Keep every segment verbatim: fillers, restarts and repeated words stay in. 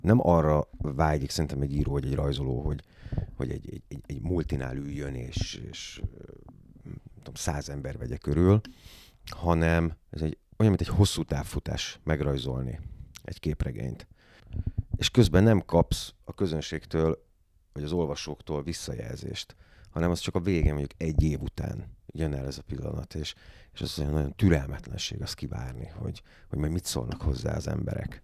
Nem arra vágyik szerintem egy író vagy egy rajzoló, hogy, hogy egy, egy, egy, egy multinál üljön, és, és tudom, száz ember vegye körül, hanem ez egy, olyan, mint egy hosszú távfutás megrajzolni egy képregényt. És közben nem kapsz a közönségtől, vagy az olvasóktól visszajelzést, hanem az csak a végén, mondjuk egy év után jön el ez a pillanat, és, és az olyan nagyon türelmetlenség azt kivárni, hogy, hogy majd mit szólnak hozzá az emberek.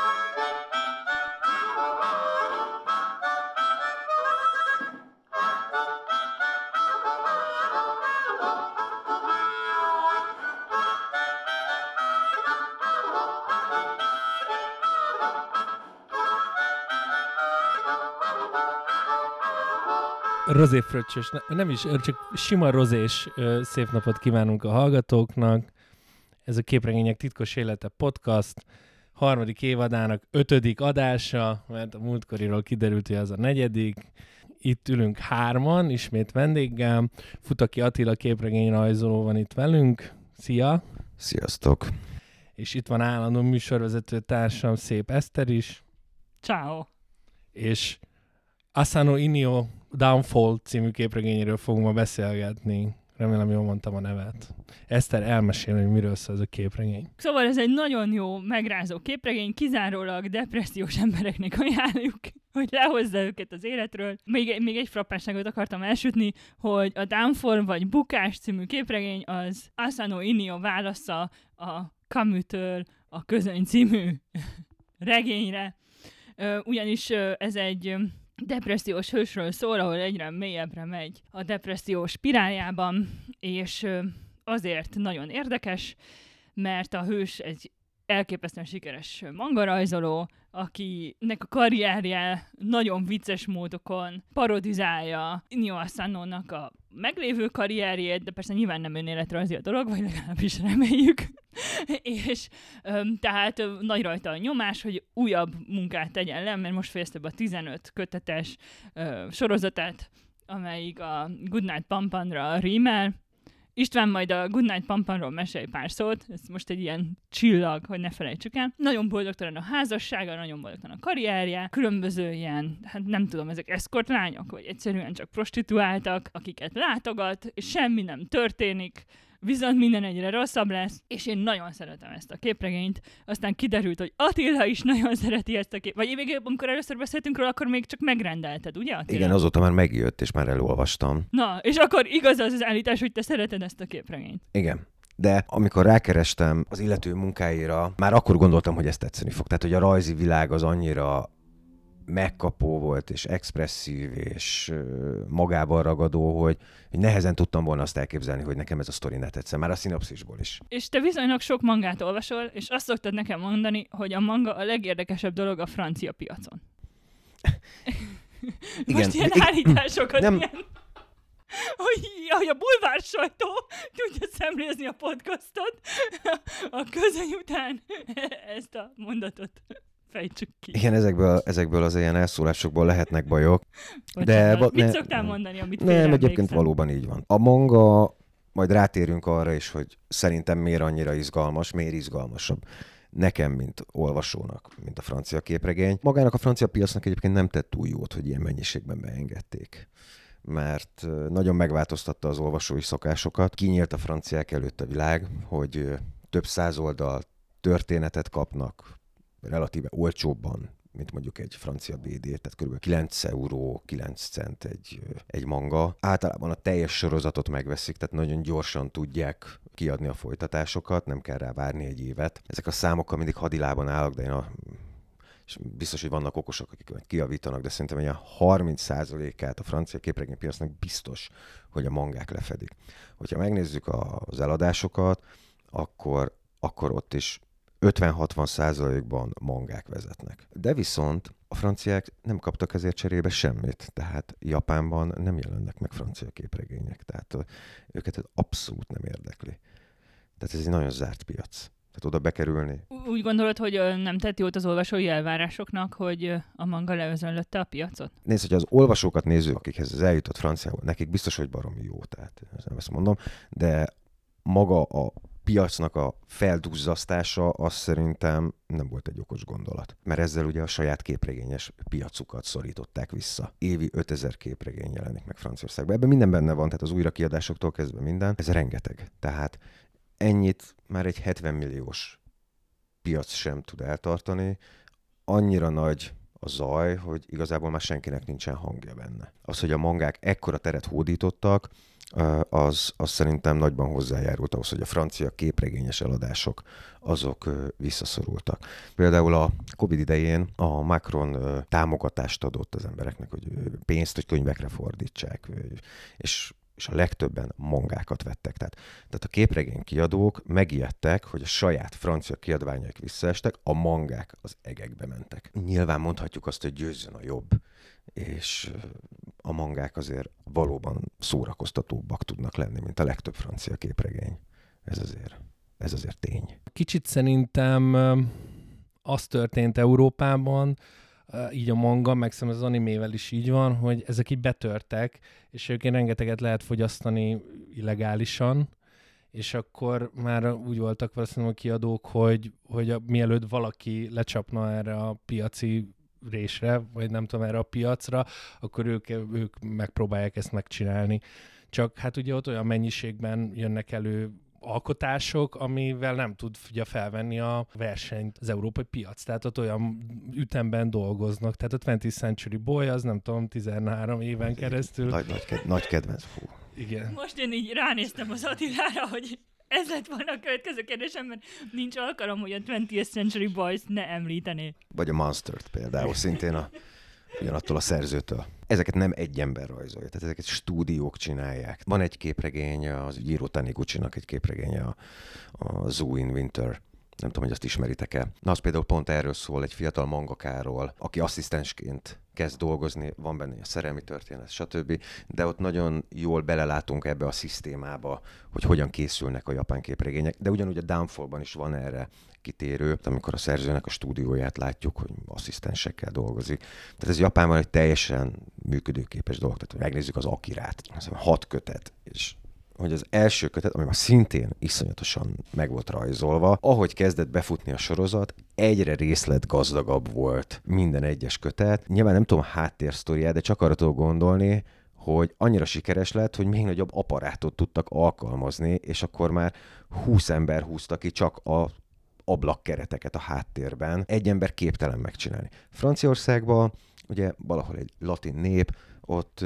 Rozéfröccsös, nem is, csak sima rozés szép napot kívánunk a hallgatóknak. Ez a Képregények titkos élete podcast harmadik évadának ötödik adása, mert a múltkoriról kiderült, hogy az a negyedik. Itt ülünk hárman, ismét vendéggel. Futaki Attila képregényrajzoló van itt velünk. Szia! Sziasztok! És itt van állandó műsorvezető társam, Szép Eszter is. Ciao. És Asano Inio Downfall című képregényéről fogunk ma beszélgetni. Remélem, jól mondtam a nevet. Eszter, elmesél, hogy miről szól ez a képregény. Szóval ez egy nagyon jó, megrázó képregény, kizárólag depressziós embereknek ajánljuk, hogy lehozza őket az életről. Még, még egy frappásságot akartam elsütni, hogy a Downfall vagy Bukás című képregény az Asano Inio válasza a Camus-től a Közöny című regényre. Ugyanis ez egy depressziós hősről szól, ahol egyre mélyebbre megy a depressziós spiráljában, és azért nagyon érdekes, mert a hős egy elképesztően sikeres mangarajzoló, akinek a karrierje nagyon vicces módokon parodizálja Inio Asanónak a meglévő karrierjét, de persze nyilván nem önéletrajzi a dolog, vagy legalábbis reméljük. és öm, tehát öm, nagy rajta a nyomás, hogy újabb munkát tegyen le, mert most fejezte be a tizenöt kötetes öm, sorozatát, amelyik a Goodnight Pampanra rímel. István majd a Goodnight Pampanról mesélj pár szót, ez most egy ilyen csillag, hogy ne felejtsük el. Nagyon boldogtalan a házassága, nagyon boldogtalan a karrierje, különböző ilyen, hát nem tudom, ezek eszkort lányok, vagy egyszerűen csak prostituáltak, akiket látogat, és semmi nem történik, viszont minden egyre rosszabb lesz, és én nagyon szeretem ezt a képregényt. Aztán kiderült, hogy Attila is nagyon szereti ezt a képregényt. Vagy még amikor először beszéltünk róla, akkor még csak megrendelted, ugye Attila? Igen, azóta már megjött, és már elolvastam. Na, és akkor igaz az az állítás, hogy te szereted ezt a képregényt. Igen. De amikor rákerestem az illető munkáira, már akkor gondoltam, hogy ezt tetszeni fog. Tehát, hogy a rajzi világ az annyira megkapó volt, és expresszív, és magában ragadó, hogy, hogy nehezen tudtam volna azt elképzelni, hogy nekem ez a sztori ne tetszen, már a szinopszisból is. És te viszonylag sok mangát olvasol, és azt szoktad nekem mondani, hogy a manga a legérdekesebb dolog a francia piacon. Igen. Most ilyen állításokat, nem... ilyen, hogy, hogy a bulvár sajtó tudja szemlézni a podcastot, a Közöny után ezt a mondatot fejtsük ki. Igen, ezekből, ezekből az ilyen elszólásokból lehetnek bajok. De, de mit ne, szoktál mondani, amit Nem, egyébként valóban így van. A manga, majd rátérünk arra is, hogy szerintem miért annyira izgalmas, miért izgalmasabb nekem, mint olvasónak, mint a francia képregény. Magának a francia piacnak egyébként nem tett túl jót, hogy ilyen mennyiségben beengedték. Mert nagyon megváltoztatta az olvasói szokásokat. Kinyílt a franciák előtt a világ, hogy több száz oldal történetet kapnak, relatíve olcsóbban, mint mondjuk egy francia bé dé, tehát kb. kilenc euró, kilenc cent egy, egy manga. Általában a teljes sorozatot megveszik, tehát nagyon gyorsan tudják kiadni a folytatásokat, nem kell rá várni egy évet. Ezek a számokkal mindig hadilában állok, de én a, és biztos, hogy vannak okosok, akik kijavítanak, de szerintem egy harminc százalékát a francia képregénypiacnak biztos, hogy a mangák lefedik. Hogyha megnézzük az eladásokat, akkor, akkor ott is ötven-hatvan százalékban mangák vezetnek. De viszont a franciák nem kaptak ezért cserébe semmit, tehát Japánban nem jelennek meg francia képregények, tehát őket ez abszolút nem érdekli. Tehát ez egy nagyon zárt piac. Tehát oda bekerülni. Úgy gondolod, hogy nem tett jót az olvasói elvárásoknak, hogy a manga leözönlötte a piacot? Nézd, hogy az olvasókat nézzük, akikhez ez eljutott franciául, nekik biztos, hogy baromi jó, tehát nem ezt mondom, de maga a piacnak a felduzzasztása, az szerintem nem volt egy okos gondolat. Mert ezzel ugye a saját képregényes piacukat szorították vissza. Évi ötezer képregény jelenik meg Franciaországban. Ebben minden benne van, tehát az újrakiadásoktól kezdve minden. Ez rengeteg. Tehát ennyit már egy hetven milliós piac sem tud eltartani. Annyira nagy a zaj, hogy igazából már senkinek nincsen hangja benne. Az, hogy a mangák ekkora teret hódítottak, az, az szerintem nagyban hozzájárult ahhoz, hogy a francia képregényes eladások azok visszaszorultak. Például a Covid idején a Macron támogatást adott az embereknek, hogy pénzt, hogy könyvekre fordítsák, és és a legtöbben mangákat vettek. Tehát, tehát a képregény kiadók megijedtek, hogy a saját francia kiadványaik visszaestek, a mangák az egekbe mentek. Nyilván mondhatjuk azt, hogy győzzön a jobb, és a mangák azért valóban szórakoztatóbbak tudnak lenni, mint a legtöbb francia képregény. Ez azért, ez azért tény. Kicsit szerintem az történt Európában, így a manga, meg szerintem az animével is így van, hogy ezek így betörtek, és őként rengeteget lehet fogyasztani illegálisan, és akkor már úgy voltak valószínűleg a kiadók, hogy, hogy a, mielőtt valaki lecsapna erre a piaci résre, vagy nem tudom, erre a piacra, akkor ők, ők megpróbálják ezt megcsinálni. Csak hát ugye ott olyan mennyiségben jönnek elő alkotások, amivel nem tud ugye felvenni a versenyt az európai piac. Tehát ott olyan ütemben dolgoznak. Tehát a twentieth Century Boy az nem tudom, tizenhárom éven keresztül. Nagy, nagy, ked- nagy kedvenc. Fú. Igen. Most én így ránéztem az Attilára, hogy ez lett volna a következő kérdésem, mert nincs alkalom, hogy a twentieth Century Boys ne említené. Vagy a Monstert például, szintén a, ugyanattól a szerzőtől. Ezeket nem egy ember rajzolja, tehát ezeket stúdiók csinálják. Van egy képregény, az Jiro Taniguchi-nak egy képregénye, a, a Zoo in Winter. Nem tudom, hogy azt ismeritek-e. Na, az például pont erről szól, egy fiatal mangakáról, aki asszisztensként kezd dolgozni, van benne a szerelmi történet, stb. De ott nagyon jól belelátunk ebbe a szisztémába, hogy hogyan készülnek a japán képregények. De ugyanúgy a Downfallban is van erre kitérő, amikor a szerzőnek a stúdióját látjuk, hogy asszisztensekkel dolgozik. Tehát ez Japánban egy teljesen működőképes dolog. Tehát, hogy megnézzük az Akirát, az hat kötet, és hogy az első kötet, ami már szintén iszonyatosan meg volt rajzolva, ahogy kezdett befutni a sorozat, egyre részletgazdagabb volt minden egyes kötet. Nyilván nem tudom háttérsztoriát, de csak arra tudok gondolni, hogy annyira sikeres lett, hogy még nagyobb apparátot tudtak alkalmazni, és akkor már húsz ember húzta ki csak a ablakkereteket a háttérben. Egy ember képtelen megcsinálni. Franciaországban, ugye valahol egy latin nép, ott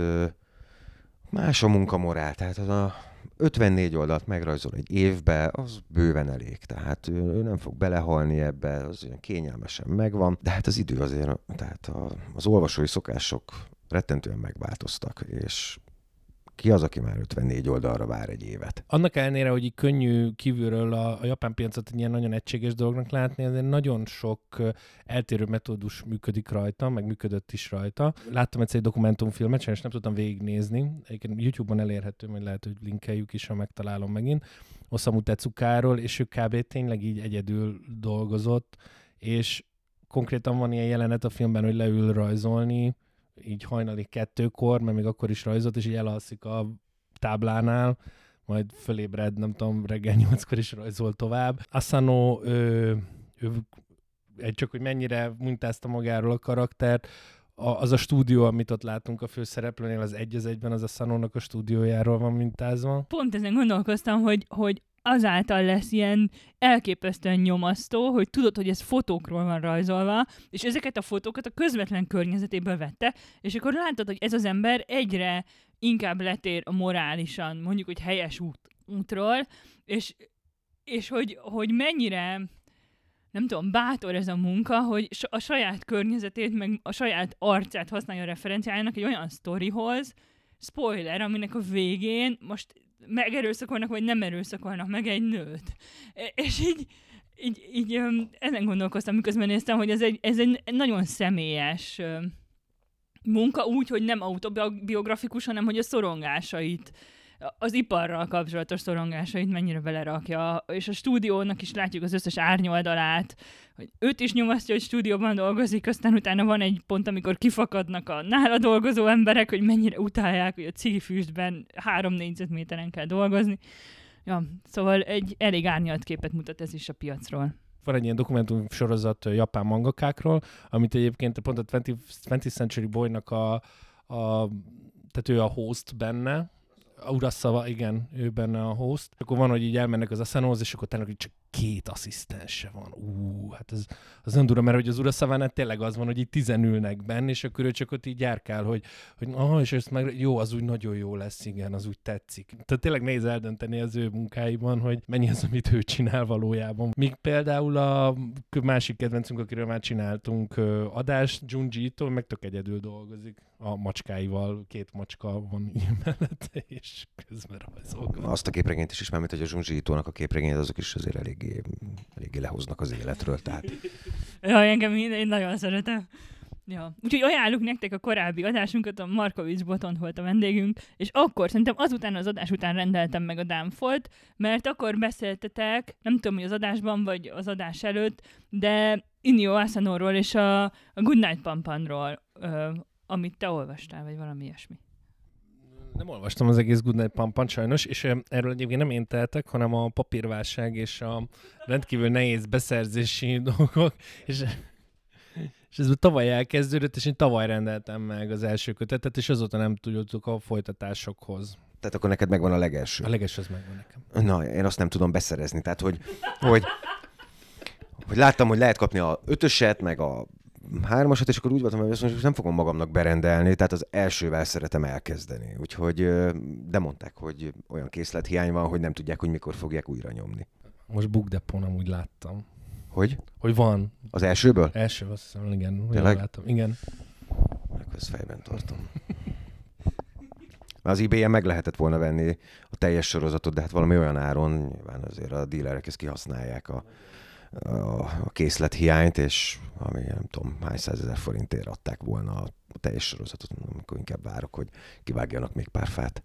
más a munkamorál, tehát az a ötvennégy oldalt megrajzol egy évbe, az bőven elég. Tehát ő nem fog belehalni ebbe, az olyan kényelmesen megvan, de hát az idő azért, tehát a, az olvasói szokások rettentően megváltoztak, és ki az, aki már ötvennégy oldalra vár egy évet? Annak ellenére, hogy így könnyű kívülről a, a japán piacot egy ilyen nagyon egységes dolognak látni, azért nagyon sok eltérő metódus működik rajta, meg működött is rajta. Láttam egyszer egy dokumentumfilmet, és nem tudtam végignézni. Egyébként YouTube-on elérhető, majd lehet, hogy linkeljük is, ha megtalálom megint. Osamu Tezukáról, és ő kb. Tényleg így egyedül dolgozott, és konkrétan van ilyen jelenet a filmben, hogy leül rajzolni, így hajnali kettőkor, mert még akkor is rajzolt, és így elalszik a táblánál, majd fölébred, nem tudom, reggel nyolckor is rajzol tovább. Asano, ő, ő, csak hogy mennyire mintázta magáról a karaktert, a, az a stúdió, amit ott látunk a főszereplőnél, az egy az egyben az Asanónak a stúdiójáról van mintázva. Pont ezen gondolkoztam, hogy, hogy azáltal lesz ilyen elképesztően nyomasztó, hogy tudod, hogy ez fotókról van rajzolva, és ezeket a fotókat a közvetlen környezetéből vette, és akkor látod, hogy ez az ember egyre inkább letér a morálisan, mondjuk, hogy helyes út, útról, és, és hogy, hogy mennyire, nem tudom, bátor ez a munka, hogy a saját környezetét, meg a saját arcát használja a referenciájának egy olyan sztorihoz, spoiler, aminek a végén most megerőszakolnak, vagy nem erőszakolnak meg egy nőt. És így, így, így ezen gondolkoztam, miközben néztem, hogy ez egy, ez egy nagyon személyes munka, úgy, hogy nem autobiografikus, hanem hogy a szorongásait, az iparral kapcsolatos szorongásait mennyire belerakja, és a stúdiónak is látjuk az összes árnyoldalát, hogy őt is nyomasztja, hogy stúdióban dolgozik, aztán utána van egy pont, amikor kifakadnak a nála dolgozó emberek, hogy mennyire utálják, hogy a cigifüstben három négyzetméteren kell dolgozni. Ja, szóval egy elég árnyalt képet mutat ez is a piacról. Van egy ilyen dokumentum sorozat japán mangakákról, amit egyébként pont a twentieth Century Boy-nak a, a tehát ő a host benne, Urasawa, igen, ő benne a host. Akkor van, hogy így elmennek az Asanohoz, és akkor tényleg csak két asszisztense van. Ú, hát ez, az nem durva, mert hogy az Urasawánál tényleg az van, hogy így tizen ülnek benne, és akkor ő csak ott így járkál, hogy, hogy aha, és ezt meg jó, az úgy nagyon jó lesz, igen, az úgy tetszik. Tehát tényleg nehéz eldönteni az ő munkáiban, hogy mennyi az, amit ő csinál valójában. Míg például a másik kedvencünk, akiről már csináltunk adást, Junji Ito, meg tök egyedül dolgozik a macskáival, két macska van ilyen mellette, és közben rajzol. Azt a képregényt is ismerem, mint hogy a Junji Itónak a képregények, azok is azért eléggé, eléggé lehoznak az életről. Tehát... Ja, engem én nagyon szeretem. Ja. Úgyhogy ajánljuk nektek a korábbi adásunkat, a Markovics Botont volt a vendégünk, és akkor szerintem azután az adás után rendeltem meg a Downfallt, mert akkor beszéltetek, nem tudom, hogy az adásban vagy az adás előtt, de Inio Asanóról és a, a Goodnight Pampanról, ö, amit te olvastál, vagy valami ilyesmi. Nem olvastam az egész Goodnight Pampan sajnos, és erről egyébként nem én tehetek, hanem a papírválság és a rendkívül nehéz beszerzési dolgok, és, és ez tavaly elkezdődött, és én tavaly rendeltem meg az első kötetet, és azóta nem tudjuk a folytatásokhoz. Tehát akkor neked megvan a legelső. A legelső az megvan nekem. Na, én azt nem tudom beszerezni, tehát hogy, hogy, hogy láttam, hogy lehet kapni a ötöset, meg a hármasat, és akkor úgy voltam, hogy azt mondom, hogy nem fogom magamnak berendelni, tehát az elsővel szeretem elkezdeni. Úgyhogy, de mondták, hogy olyan készlethiány van, hogy nem tudják, hogy mikor fogják újra nyomni. Most Book Depot-n amúgy láttam. Hogy? Hogy van. Az elsőből? Első, azt hiszem, igen. Tényleg? Láttam. Igen. Akkor ezt fejben tartom. Az eBay-en meg lehetett volna venni a teljes sorozatot, de hát valami olyan áron, nyilván azért a dílerek ezt kihasználják a a készlethiányt, és ami nem tudom, hány százezer forintért adták volna a teljes sorozatot, amikor inkább várok, hogy kivágjanak még pár fát.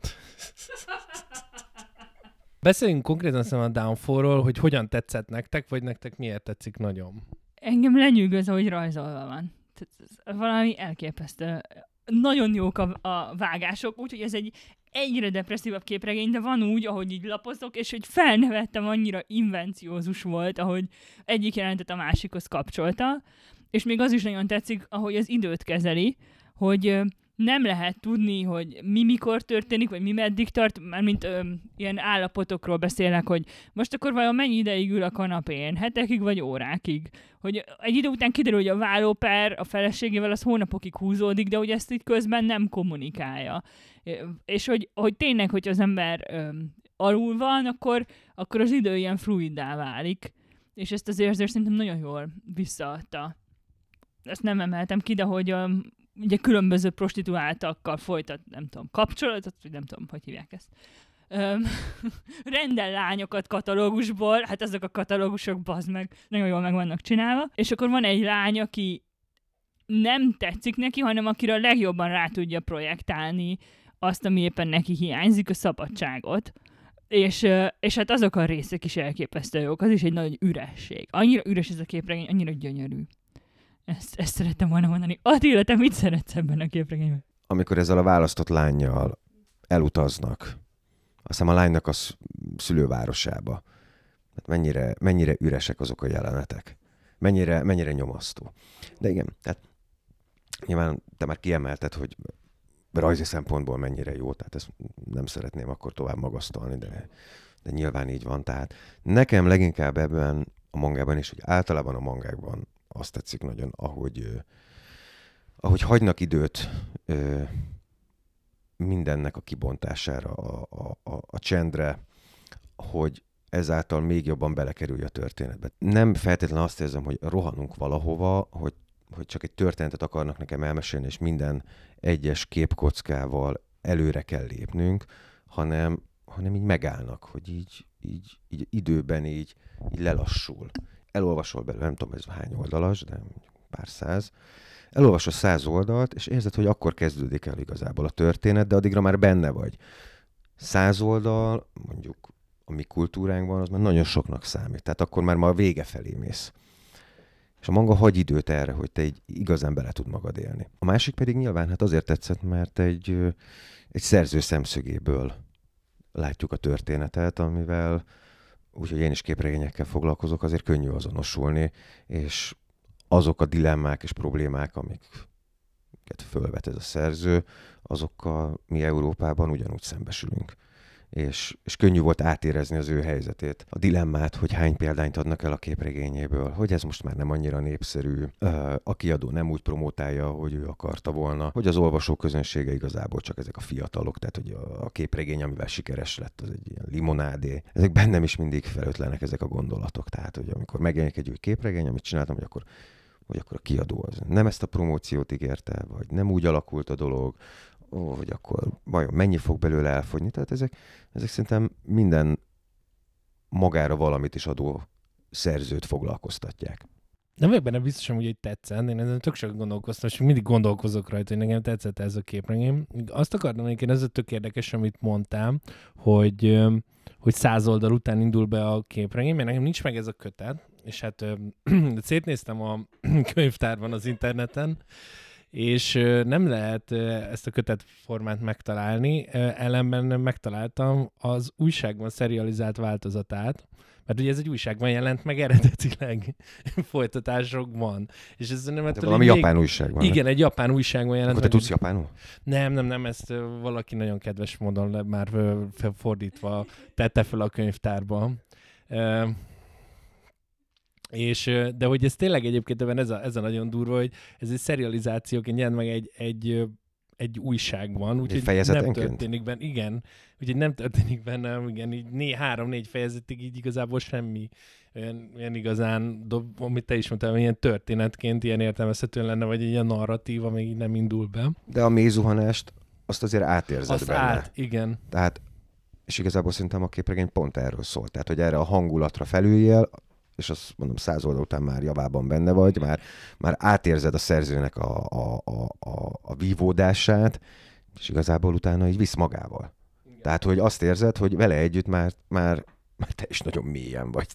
Beszéljünk konkrétan szerintem a Downfallról, hogy hogyan tetszett nektek, vagy nektek miért tetszik nagyon? Engem lenyűgöz, ahogy rajzolva van. Tehát valami elképesztő. Nagyon jók a, a vágások, úgyhogy ez egy egyre depresszívabb képregény, de van úgy, ahogy így lapozok, és hogy felnevettem, annyira invenciózus volt, ahogy egyik jelentet a másikhoz kapcsolta, és még az is nagyon tetszik, ahogy az időt kezeli, hogy nem lehet tudni, hogy mi mikor történik, vagy mi meddig tart, mármint ö, ilyen állapotokról beszélek, hogy most akkor vajon mennyi ideig ül a kanapén, hetekig vagy órákig, hogy egy idő után kiderül, hogy a vállópár a feleségével az hónapokig húzódik, de hogy ezt így közben nem kommunikálja. És hogy, hogy tényleg, hogy az ember ö, alul van, akkor, akkor az idő ilyen fluiddá válik, és ezt az érzést szerintem nagyon jól visszaadta. Ezt nem emeltem ki, de hogy a ugye különböző prostituáltakkal folytat, nem tudom, kapcsolatot, vagy nem tudom, hogy hívják ezt. Öm, rendel lányokat katalógusból, hát azok a katalógusok, bazd meg, nagyon jól meg vannak csinálva, és akkor van egy lány, aki nem tetszik neki, hanem akire a legjobban rá tudja projektálni azt, ami éppen neki hiányzik, a szabadságot. És, és hát azok a részek is elképesztő jók, az is egy nagy üresség. Annyira üres ez a képregény, annyira gyönyörű. Ezt, ezt szerettem volna mondani. Attila, te mit szeretsz ebben a képregényben? Amikor ezzel a választott lánnyal elutaznak, azt hiszem a lánynak a szülővárosába, hát mennyire, mennyire üresek azok a jelenetek. Mennyire, mennyire nyomasztó. De igen, tehát nyilván te már kiemelted, hogy rajzi szempontból mennyire jó, tehát ezt nem szeretném akkor tovább magasztalni, de, de nyilván így van. Tehát nekem leginkább ebben a mangában is, hogy általában a mangákban azt tetszik nagyon, ahogy, ahogy hagynak időt mindennek a kibontására, a, a, a, a csendre, hogy ezáltal még jobban belekerülj a történetbe. Nem feltétlenül azt érzem, hogy rohanunk valahova, hogy, hogy csak egy történetet akarnak nekem elmesélni, és minden egyes képkockával előre kell lépnünk, hanem, hanem így megállnak, hogy így, így, így időben így, így lelassul. Elolvasol belőle, nem tudom, ez hány oldalas, de pár száz. Elolvasol száz oldalt, és érzed, hogy akkor kezdődik el igazából a történet, de addigra már benne vagy. Száz oldal, mondjuk a mi kultúránkban, az már nagyon soknak számít. Tehát akkor már ma a vége felé mész. És a manga hagy időt erre, hogy te így igazán bele tud magad élni. A másik pedig nyilván hát azért tetszett, mert egy, egy szerző szemszögéből látjuk a történetet, amivel úgyhogy én is képregényekkel foglalkozok, azért könnyű azonosulni, és azok a dilemmák és problémák, amiket fölvet ez a szerző, azokkal mi Európában ugyanúgy szembesülünk. És, és könnyű volt átérezni az ő helyzetét. A dilemmát, hogy hány példányt adnak el a képregényéből, hogy ez most már nem annyira népszerű, a kiadó nem úgy promotálja, hogy ő akarta volna, hogy az olvasó közönsége igazából csak ezek a fiatalok, tehát hogy a képregény, amivel sikeres lett, az egy ilyen limonádé. Ezek bennem is mindig felötlenek ezek a gondolatok. Tehát, hogy amikor megjelenik egy új képregény, amit csináltam, hogy akkor hogy akkor a kiadó az nem ezt a promóciót ígérte, vagy nem úgy alakult a dolog, ó, hogy akkor vajon mennyi fog belőle elfogyni. Tehát ezek, ezek szerintem minden magára valamit is adó szerzőt foglalkoztatják. Nem vagyok benne biztosan, hogy tetszett. Én ezen tök sokat gondolkoztam, és mindig gondolkozok rajta, hogy nekem tetszett ez a képregény. Azt akartam, hogy ez a tök érdekes, amit mondtál, hogy, hogy száz oldal után indul be a képregény, mert nekem nincs meg ez a kötet, és hát szétnéztem a könyvtárban az interneten, és nem lehet ezt a kötetformát megtalálni, ellenben megtaláltam az újságban serializált változatát, mert ugye ez egy újságban jelent meg eredetileg folytatásokban. És ez nem hát valami még... japán újságban. Igen, egy japán újságban jelent Akkor meg. te tudsz japánul? Nem, nem, nem, ezt valaki nagyon kedves módon már fordítva tette fel a könyvtárba. És, de hogy ez tényleg egyébként ebben ez a, ez a nagyon durva, hogy ez egy serializációként jelent meg egy, egy, egy újságban, úgyhogy nem történik benne, igen, úgyhogy nem történik benne, igen, így né, három-négy fejezetig így igazából semmi olyan, olyan igazán, dob, amit te is mondtál, ilyen történetként, ilyen értelmezhetően lenne, vagy egy ilyen narratíva még így nem indul be. De a mélyzuhanást azt azért átérzed azt benne. Át, igen. Tehát, és igazából szerintem a képregény pont erről szól, tehát, hogy erre a hangulatra felüljél, és azt mondom, száz oldal után már javában benne vagy, már, már átérzed a szerzőnek a, a, a, a, a vívódását, és igazából utána így visz magával. Igen. Tehát, hogy azt érzed, hogy vele együtt már, már, már te is nagyon mélyen vagy.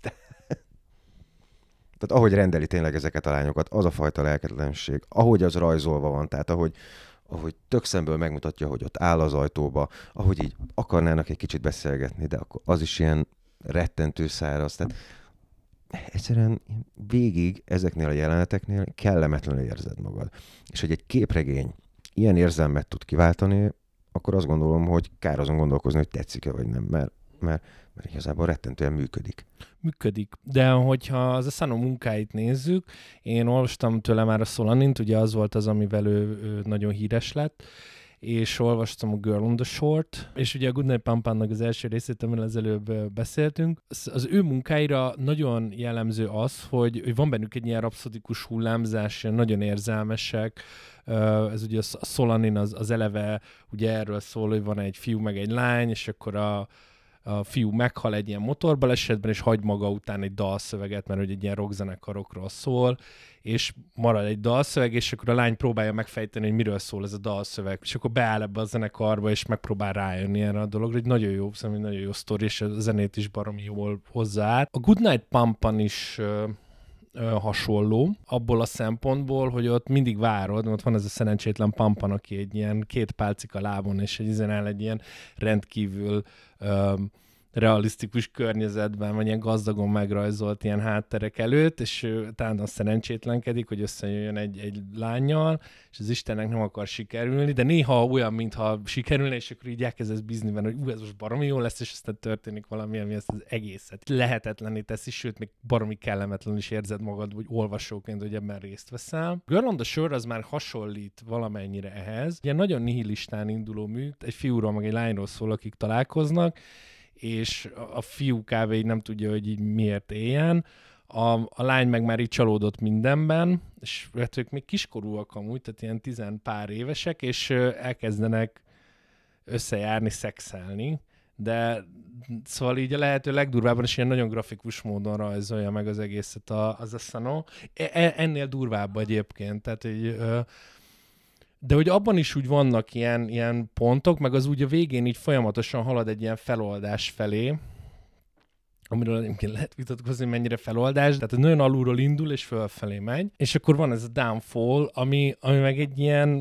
Tehát ahogy rendeli tényleg ezeket a lányokat, az a fajta lelketlenség, ahogy az rajzolva van, tehát ahogy, ahogy tök szemből megmutatja, hogy ott áll az ajtóba, ahogy így akarnának egy kicsit beszélgetni, de akkor az is ilyen rettentő száraz. Tehát egyszerűen végig ezeknél a jeleneteknél kellemetlenül érzed magad. És hogy egy képregény ilyen érzelmet tud kiváltani, akkor azt gondolom, hogy kár azon gondolkozni, hogy tetszik-e vagy nem, mert, mert, mert igazából rettentően működik. Működik. De hogyha az Asano munkáit nézzük, én olvastam tőle már a Solanint, ugye az volt az, amivel ő, ő nagyon híres lett, és olvastam a Girl on the Short, és ugye a Goodnight Pampannak az első részét, amiről az előbb beszéltünk. Az ő munkáira nagyon jellemző az, hogy, hogy van bennük egy ilyen rapszodikus hullámzás, nagyon érzelmesek. Ez ugye a Solanin az, az eleve ugye erről szól, hogy van egy fiú meg egy lány, és akkor a a fiú meghal egy ilyen motorbalesetben, és hagy maga után egy dalszöveget, mert hogy egy ilyen rockzenekarokról szól, és marad egy dalszöveg, és akkor a lány próbálja megfejteni, hogy miről szól ez a dalszöveg, és akkor beáll ebbe a zenekarba, és megpróbál rájönni erre a dologra. Egy nagyon jó, szerintem nagyon jó sztori, és a zenét is baromi jól hozzáállt. A Goodnight Pampan is ö, ö, hasonló, abból a szempontból, hogy ott mindig várod, ott van ez a szerencsétlen Pampan, aki egy ilyen két pálcika lábon, és egy, egy ilyen rendkívül ö, realisztikus környezetben, vagy ilyen gazdagon megrajzolt ilyen hátterek előtt, és ő talán azt szerencsétlenkedik, hogy összejöjjön egy, egy lánnyal, és az Istennek nem akar sikerülni, de néha olyan, mintha sikerülne, és akkor így elkezd ez bízni benne, hogy ú, ez most baromi jó lesz, és aztán történik valami, ami ezt az egészet lehetetlenné teszi, sőt, még baromi kellemetlen is érzed magad, vagy olvasóként, hogy ebben részt veszel. Girl on the Shore az már hasonlít valamennyire ehhez. Ilyen nagyon nihilistán induló mű, egy fiúról, meg egy lányról szól, akik találkoznak, és a fiú kávé így nem tudja, hogy így miért éljen. A, a lány meg már így csalódott mindenben, és hát ők még kiskorúak amúgy, tehát ilyen tizen pár évesek, és elkezdenek összejárni, szexelni, de szóval így a lehető legdurvábban is ilyen nagyon grafikus módon rajzolja meg az egészet a, az Asano. E, ennél durvább egyébként, tehát így... De hogy abban is úgy vannak ilyen, ilyen pontok, meg az úgy a végén így folyamatosan halad egy ilyen feloldás felé, amiről egyébként lehet vitatkozni, mennyire feloldás, tehát nagyon alulról indul és fölfelé megy, és akkor van ez a downfall, ami, ami meg egy ilyen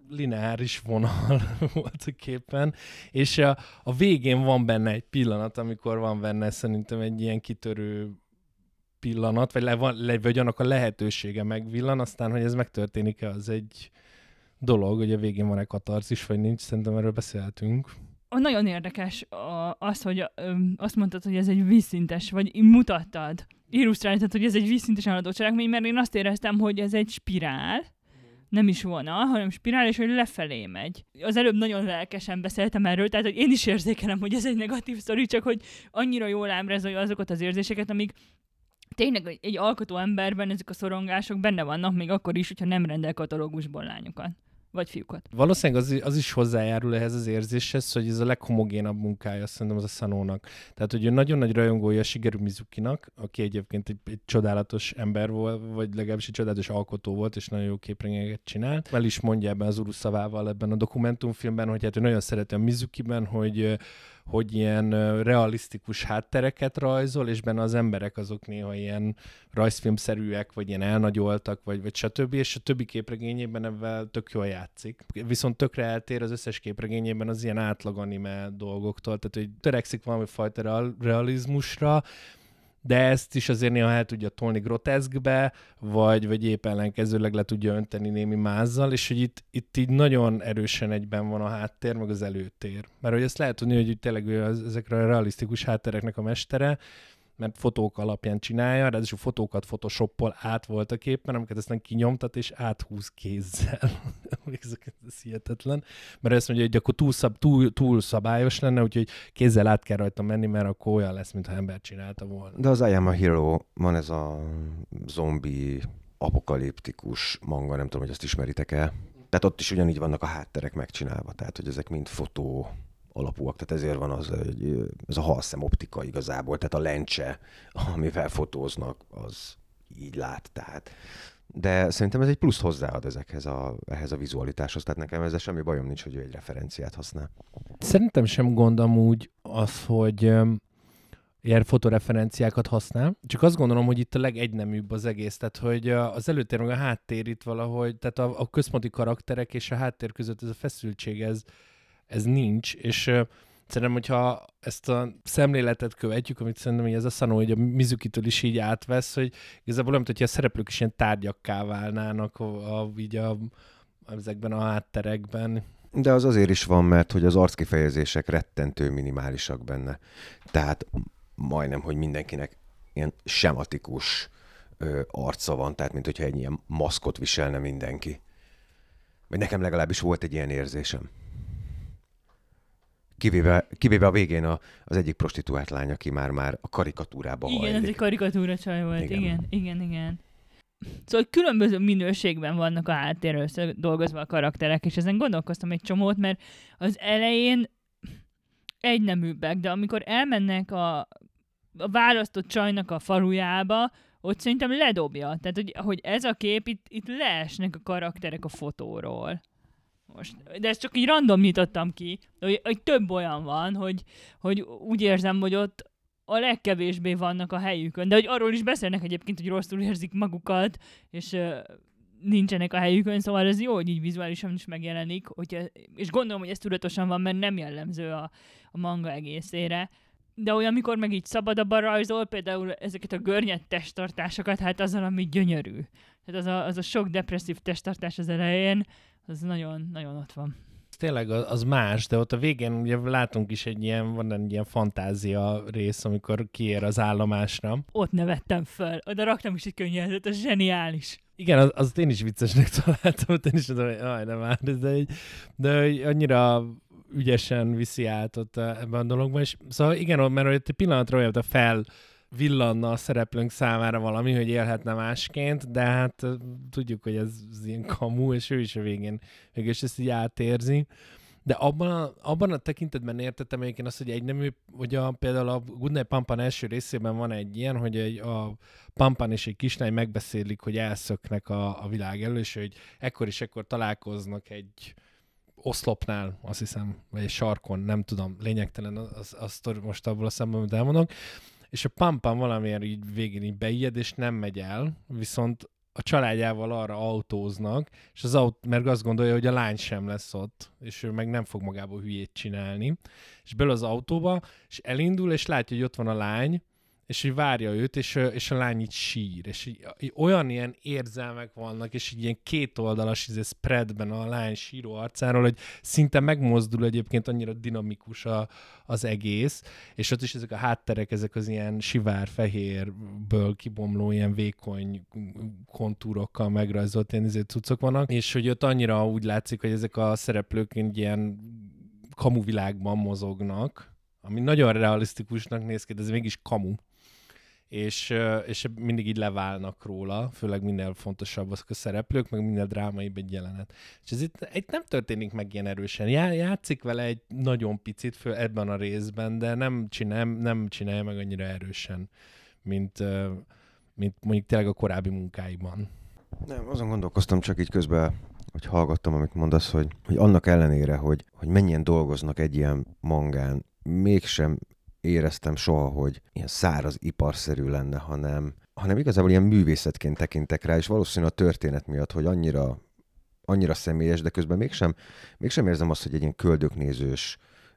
lineáris vonal volt a képen, és a, a végén van benne egy pillanat, amikor van benne szerintem egy ilyen kitörő pillanat, vagy, le, van, le, vagy annak a lehetősége megvillan, aztán, hogy ez megtörténik-e, az egy dolog, hogy a végén van-e katarzis, vagy nincs, szerintem erről beszélhetünk. Nagyon érdekes az, hogy ö, azt mondtad, hogy ez egy vízszintes, vagy mutattad, illusztráltad, hogy ez egy vízszintes állandó cselekmény, mert én azt éreztem, hogy ez egy spirál, nem is vonal, hanem spirál, és hogy lefelé megy. Az előbb nagyon lelkesen beszéltem erről, tehát hogy én is érzékelem, hogy ez egy negatív sztori, csak hogy annyira jól ábrázolja azokat az érzéseket, amik tényleg egy alkotó emberben ezek a szorongások benne vannak, még akkor is, hogyha nem rendel katalógusból lányokat. Vagy fiúkat. Valószínűleg az, az is hozzájárul ehhez az érzéshez, hogy ez a leghomogénabb munkája szerintem az a Sanónak. Tehát, hogy ő nagyon nagy rajongója Shigeru Mizukinak, aki egyébként egy, egy csodálatos ember volt, vagy legalábbis egy csodálatos alkotó volt, és nagyon jó képregényeket csinált. El is mondja ebben az Uru szavával ebben a dokumentumfilmben, hogy hát ő nagyon szereti a Mizukiben, hogy hogy ilyen realisztikus háttereket rajzol, és benne az emberek azok néha ilyen rajzfilmszerűek, vagy ilyen elnagyoltak, vagy, vagy stb. És a többi képregényében ebben tök jól játszik. Viszont tökre eltér az összes képregényében az ilyen átlag anime dolgoktól, tehát hogy törekszik valami fajta realizmusra, de ezt is azért néha el tudja tolni groteszkbe, vagy, vagy épp ellenkezőleg le tudja önteni némi mázzal, és hogy itt, itt így nagyon erősen egyben van a háttér, meg az előtér. Mert hogy ezt lehet tudni, hogy tényleg ő az, ezekre a realisztikus háttereknek a mestere, mert fotók alapján csinálja, ráadásul fotókat photoshoppol át volt a képen, amiket aztán kinyomtat, és áthúz kézzel. Ez hihetetlen. Mert azt mondja, hogy akkor túl, szab, túl, túl szabályos lenne, úgyhogy kézzel át kell rajta menni, mert akkor olyan lesz, mintha ember csinálta volna. De az I Am a Hero van ez a zombi apokaliptikus manga, nem tudom, hogy azt ismeritek el. Tehát ott is ugyanígy vannak a hátterek megcsinálva, tehát hogy ezek mind fotó alapúak, tehát ezért van az, hogy ez a halszem optika igazából, tehát a lencse, amivel fotóznak, az így lát, tehát. De szerintem ez egy plusz hozzáad ezekhez a, ehhez a vizualitáshoz, tehát nekem ezzel semmi bajom nincs, hogy ő egy referenciát használ. Szerintem sem gond amúgy az, hogy um, ilyen fotoreferenciákat használ, csak azt gondolom, hogy itt a legegyneműbb az egész, tehát hogy az előtér meg a háttér itt valahogy, tehát a, a központi karakterek és a háttér között ez a feszültség, ez ez nincs, és uh, szerintem, hogyha ezt a szemléletet követjük, amit szerintem hogy ez a Sanó, hogy a Mizukitől is így átvesz, hogy igazából nem tudja, hogy a szereplők is ilyen tárgyakká válnának a, a, így a, ezekben a hátterekben. De az azért is van, mert hogy az arckifejezések rettentő minimálisak benne. Tehát majdnem, hogy mindenkinek ilyen sematikus ö, arca van, tehát mint hogyha egy ilyen maszkot viselne mindenki. Vagy nekem legalábbis volt egy ilyen érzésem. Kivéve, kivéve a végén a, az egyik prostituált lány, aki már-már a karikatúrába igen, hajlik. Igen, ez egy karikatúra csaj volt. Igen. igen, igen, igen. Szóval különböző minőségben vannak a háttérről dolgozva a karakterek, és ezen gondolkoztam egy csomót, mert az elején egyneműbbek, de amikor elmennek a, a választott csajnak a falujába, ott szerintem ledobja. Tehát, hogy, hogy ez a kép, itt, itt leesnek a karakterek a fotóról. Most, de ezt csak így random nyitottam ki, hogy, hogy több olyan van, hogy, hogy úgy érzem, hogy ott a legkevésbé vannak a helyükön. De hogy arról is beszélnek egyébként, hogy rosszul érzik magukat, és uh, nincsenek a helyükön, szóval ez jó, hogy így vizuálisan is megjelenik, hogyha, és gondolom, hogy ez tudatosan van, mert nem jellemző a, a manga egészére. De olyan, amikor meg így szabadabban rajzol, például ezeket a görnyed testtartásokat, hát az ami gyönyörű. Tehát az a, az a sok depresszív testtartás az elején, az nagyon, nagyon ott van. Tényleg az más, de ott a végén ugye látunk is egy ilyen, van egy ilyen fantázia rész, amikor kiér az állomásra. Ott nevettem föl, oda raktam is egy könyvedet, az zseniális. Igen, az, az én is viccesnek találtam, ott én is mondom, hogy aj, nem áll, de, de, de annyira ügyesen viszi át ott ebben a dologban, és szóval igen, mert egy pillanatra olyan, hogy fel villanna a szereplőnk számára valami, hogy élhetne másként, de hát tudjuk, hogy ez, ez ilyen kamu, és ő is a végén mégis ezt így átérzi. De abban a, abban a tekintetben értettem egyébként azt, hogy egynemű, hogy a, például a Goodnight Pampan első részében van egy ilyen, hogy egy, a Pampan és egy kislány megbeszélik, hogy elszöknek a, a világ elől, és hogy ekkor és ekkor találkoznak egy oszlopnál, azt hiszem, vagy egy sarkon, nem tudom, lényegtelen az, az, az most abból a szemben, amit elmondok, és a Pampan valamiért így végén így beijed, és nem megy el, viszont a családjával arra autóznak, és az autó, mert azt gondolja, hogy a lány sem lesz ott, és ő meg nem fog magából hülyét csinálni. És belül az autóba, és elindul, és látja, hogy ott van a lány, és így várja őt, és, és a lány így sír, és így, így olyan ilyen érzelmek vannak, és így ilyen kétoldalas így spreadben a lány síró arcáról, hogy szinte megmozdul egyébként, annyira dinamikus a, az egész, és ott is ezek a hátterek, ezek az ilyen sivár-fehérből kibomló, ilyen vékony kontúrokkal megrajzolt ilyen izé cuccok vannak, és hogy ott annyira úgy látszik, hogy ezek a szereplők ilyen kamuvilágban mozognak, ami nagyon realisztikusnak néz ki, de ez mégis kamu. És, és mindig így leválnak róla, főleg minél fontosabb azok a szereplők, meg minél drámaibb egy jelenet. És ez itt, itt nem történik meg ilyen erősen. Já, játszik vele egy nagyon picit föl ebben a részben, de nem, csinál, nem csinálja meg annyira erősen, mint, mint mondjuk tényleg a korábbi munkáiban. Nem, azon gondolkoztam csak így közben, hogy hallgattam, amit mondasz, hogy, hogy annak ellenére, hogy, hogy mennyien dolgoznak egy ilyen mangán, mégsem éreztem soha, hogy ilyen száraz iparszerű lenne, hanem, hanem igazából ilyen művészetként tekintek rá, és valószínűleg a történet miatt, hogy annyira, annyira személyes, de közben mégsem, mégsem érzem azt, hogy egy ilyen köldöknézős,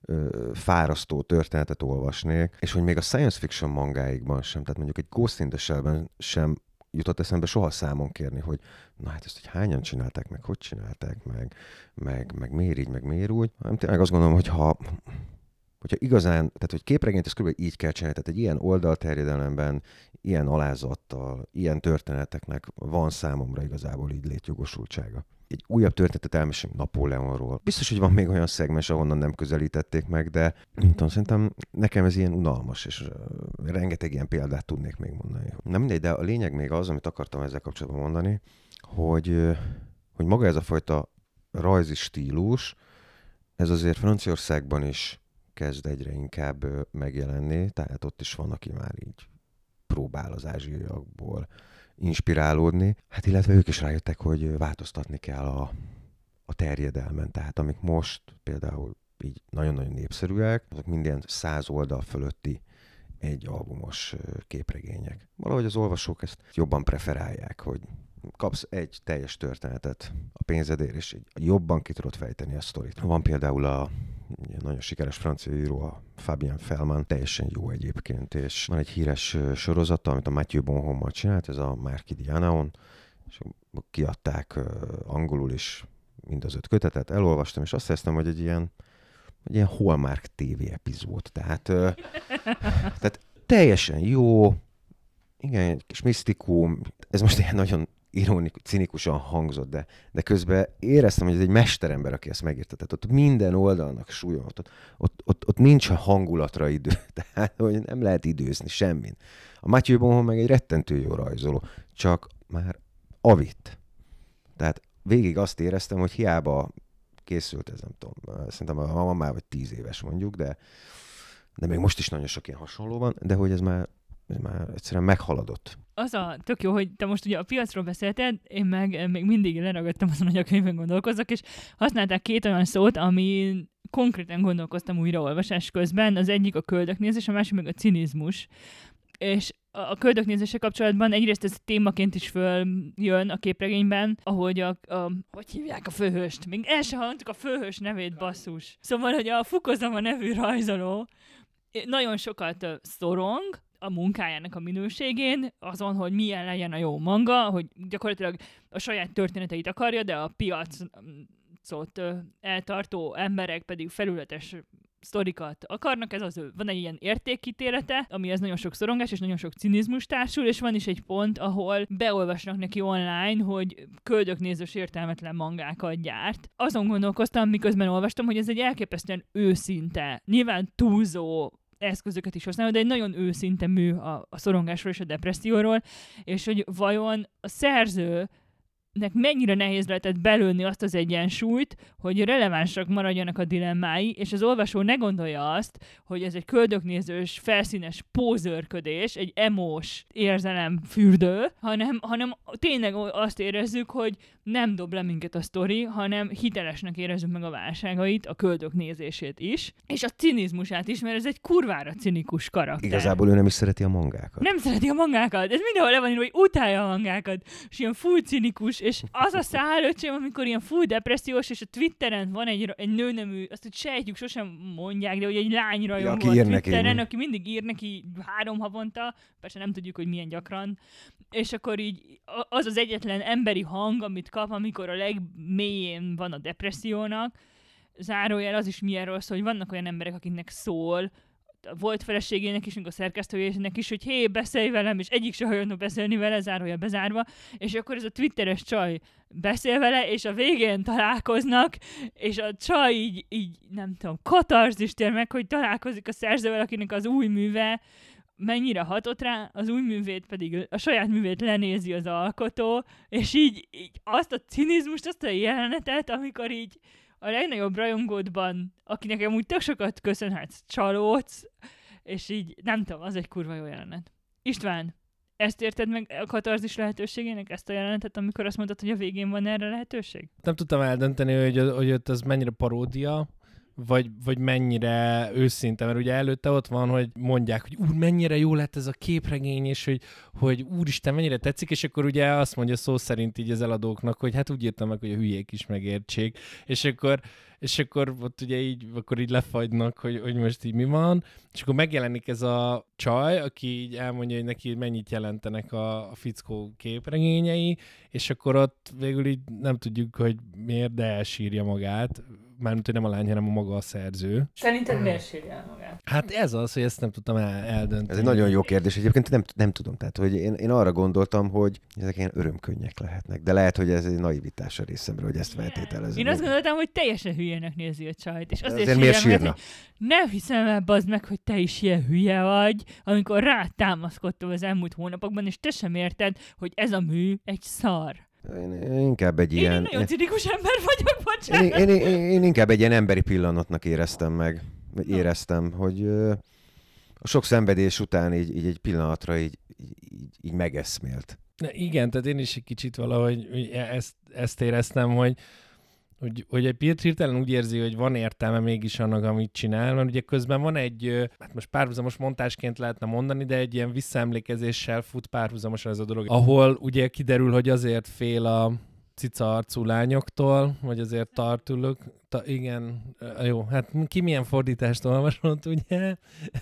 fárasztó történetet olvasnék, és hogy még a science fiction mangáikban sem, tehát mondjuk egy Ghost in the Shell-ben sem jutott eszembe soha számon kérni, hogy na hát ezt, hogy hányan csinálták, meg hogy csinálták, meg, meg, meg miért így, meg miért úgy. Nem tényleg azt gondolom, hogy ha hogyha igazán, tehát hogy képregényt ezt kb. Így kell csinálni, tehát egy ilyen oldalterjedelemben, ilyen alázattal, ilyen történeteknek van számomra igazából így létjogosultsága. Egy újabb történetet elmesélünk Napóleonról. Biztos, hogy van még olyan szegmens, ahonnan nem közelítették meg, de nem tudom, szerintem nekem ez ilyen unalmas, és uh, rengeteg ilyen példát tudnék még mondani. Nem mindegy, de a lényeg még az, amit akartam ezzel kapcsolatban mondani, hogy, uh, hogy maga ez a fajta rajzi stílus, ez azért Franciaországban is kezd egyre inkább megjelenni, tehát ott is van, aki már így próbál az ázsiaiakból inspirálódni. Hát illetve ők is rájöttek, hogy változtatni kell a, a terjedelmen. Tehát amik most például így nagyon-nagyon népszerűek, azok minden száz oldal fölötti egy albumos képregények. Valahogy az olvasók ezt jobban preferálják, hogy kapsz egy teljes történetet a pénzedért, és jobban ki tudod fejteni a sztorit. Van például a nagyon sikeres francia író, a Fabien Fellman, teljesen jó egyébként, és van egy híres sorozata, amit a Matthew Bonhomme csinált, ez a Marquis de Yanaon, és kiadták angolul is mind az öt kötetet, elolvastam, és azt hiszem, hogy egy ilyen, egy ilyen Hallmark té vé epizód, tehát, tehát teljesen jó, igen, egy kis misztikum, ez most ilyen nagyon ironikus, cinikusan hangzott, de, de közben éreztem, hogy ez egy mesterember, aki ezt megírta. Tehát ott minden oldalnak súlya, ott, ott, ott, ott nincs a hangulatra idő, tehát hogy nem lehet időzni semmin. A Matthew Bonhomme meg egy rettentő jó rajzoló, csak már avit. Tehát végig azt éreztem, hogy hiába készült ez, nem tudom, szerintem a mama már vagy tíz éves mondjuk, de, de még most is nagyon sok ilyen hasonló van, de hogy ez már ez már egyszerűen meghaladott. Az a tök jó, hogy te most ugye a piacról beszélted, én meg még mindig leragadtam azon, hogy a könyvben gondolkozzak, és használták két olyan szót, ami konkrétan gondolkoztam újraolvasás közben. Az egyik a köldöknézés, a másik meg a cinizmus. És a köldöknézéssel kapcsolatban egyrészt ez témaként is följön a képregényben, ahogy a, a hogy hívják a főhőst? Még el sem hallottuk a főhős nevét, basszus. Szóval, hogy a Fukushima nevű rajzoló nagyon sokat szorong a munkájának a minőségén, azon, hogy milyen legyen a jó manga, hogy gyakorlatilag a saját történeteit akarja, de a piacot eltartó emberek pedig felületes sztorikat akarnak, ez az ő. Van egy ilyen értékkítélete, amihez nagyon sok szorongás és nagyon sok cinizmus társul, és van is egy pont, ahol beolvasnak neki online, hogy köldöknézős értelmetlen mangákat gyárt. Azon gondolkoztam, miközben olvastam, hogy ez egy elképesztően őszinte, nyilván túlzó eszközöket is használva, de egy nagyon őszinte mű a, a szorongásról és a depresszióról, és hogy vajon a szerző nek mennyire nehéz lehetett belőni azt az egyensúlyt, hogy relevánsak maradjanak a dilemmái, és az olvasó ne gondolja azt, hogy ez egy köldöknézős, felszínes pózőrködés, egy emós érzelemfürdő, hanem, hanem tényleg azt érezzük, hogy nem dob le minket a sztori, hanem hitelesnek érezzük meg a válságait, a köldöknézését is, és a cinizmusát is, mert ez egy kurvára cinikus karakter. Igazából ő nem is szereti a mangákat. Nem szereti a mangákat. Ez mindenhol le van írva, hogy utálja a mangákat. És ilyen full cinikus, és az a szál, öcsém, amikor ilyen full depressziós, és a Twitteren van egy, egy nőnemű, azt, hogy sejtjük, sosem mondják, de hogy egy lány rajongó ja, a Twitteren, neki. aki mindig ír neki három havonta, persze nem tudjuk, hogy milyen gyakran, és akkor így az az egyetlen emberi hang, amit kap, amikor a legmélyén van a depressziónak, zárójel az is milyen rossz, hogy vannak olyan emberek, akiknek szól, volt feleségének is, a szerkesztőjének is, hogy hé, beszélj velem, és egyik se hajlandó beszélni vele, zárója bezárva, és akkor ez a twitteres csaj beszél vele, és a végén találkoznak, és a csaj így, így nem tudom, katarzist ér meg, hogy találkozik a szerzővel, akinek az új műve mennyire hatott rá, az új művét pedig a saját művét lenézi az alkotó, és így, így azt a cinizmust, azt a jelenetet, amikor így a legnagyobb rajongódban, akinek amúgy tök sokat köszönhetsz, csalódsz, és így nem tudom, az egy kurva jó jelenet. István, ezt érted meg a katarzis lehetőségének, ezt a jelenetet, amikor azt mondtad, hogy a végén van erre lehetőség? Nem tudtam eldönteni, hogy, hogy ott az mennyire paródia, vagy, vagy mennyire őszinte, mert ugye előtte ott van, hogy mondják, hogy úr, mennyire jó lett ez a képregény, és hogy, hogy úristen, mennyire tetszik, és akkor ugye azt mondja szó szerint így az eladóknak, hogy hát úgy írtam meg, hogy a hülyék is megértsék, és akkor, és akkor ott ugye így, akkor így lefagynak, hogy, hogy most így mi van, és akkor megjelenik ez a csaj, aki így elmondja, hogy neki mennyit jelentenek a, a fickó képregényei, és akkor ott végül így nem tudjuk, hogy miért, de elsírja magát, mármint, hogy nem a lány, hanem a maga a szerző. Szerinted miért sírja el magát? Hát ez az, hogy ezt nem tudtam el, eldönteni. Ez egy nagyon jó kérdés. Egyébként nem, nem tudom. Tehát, hogy én, én arra gondoltam, hogy ezek ilyen örömkönnyek lehetnek. De lehet, hogy ez egy naivitás a részemről, hogy ezt feltételezem. Én azt gondoltam, hogy teljesen hülyének nézi a csajt. És azért, azért miért sírna? Meg, nem hiszem el, bazd meg, hogy te is ilyen hülye vagy, amikor rád támaszkodtam az elmúlt hónapokban, és te sem érted, hogy ez a mű egy szar. Én, én inkább egy én ilyen... Én nagyon cinikus ember vagyok, bocsánat. Én, én, én, én inkább egy ilyen emberi pillanatnak éreztem meg. Éreztem, hogy ö, a sok szenvedés után így, így egy pillanatra így, így, így megeszmélt. Na, igen, tehát én is egy kicsit valahogy ezt, ezt éreztem, hogy, hogy, hogy egy Pirt hirtelen úgy érzi, hogy van értelme mégis annak, amit csinál, mert ugye közben van egy, hát most párhuzamos montásként lehetne mondani, de egy ilyen visszaemlékezéssel fut párhuzamosan ez a dolog, ahol ugye kiderül, hogy azért fél a cica arcú lányoktól, vagy azért tartülök, ta, igen, jó, hát ki milyen fordítást olvasott, ugye?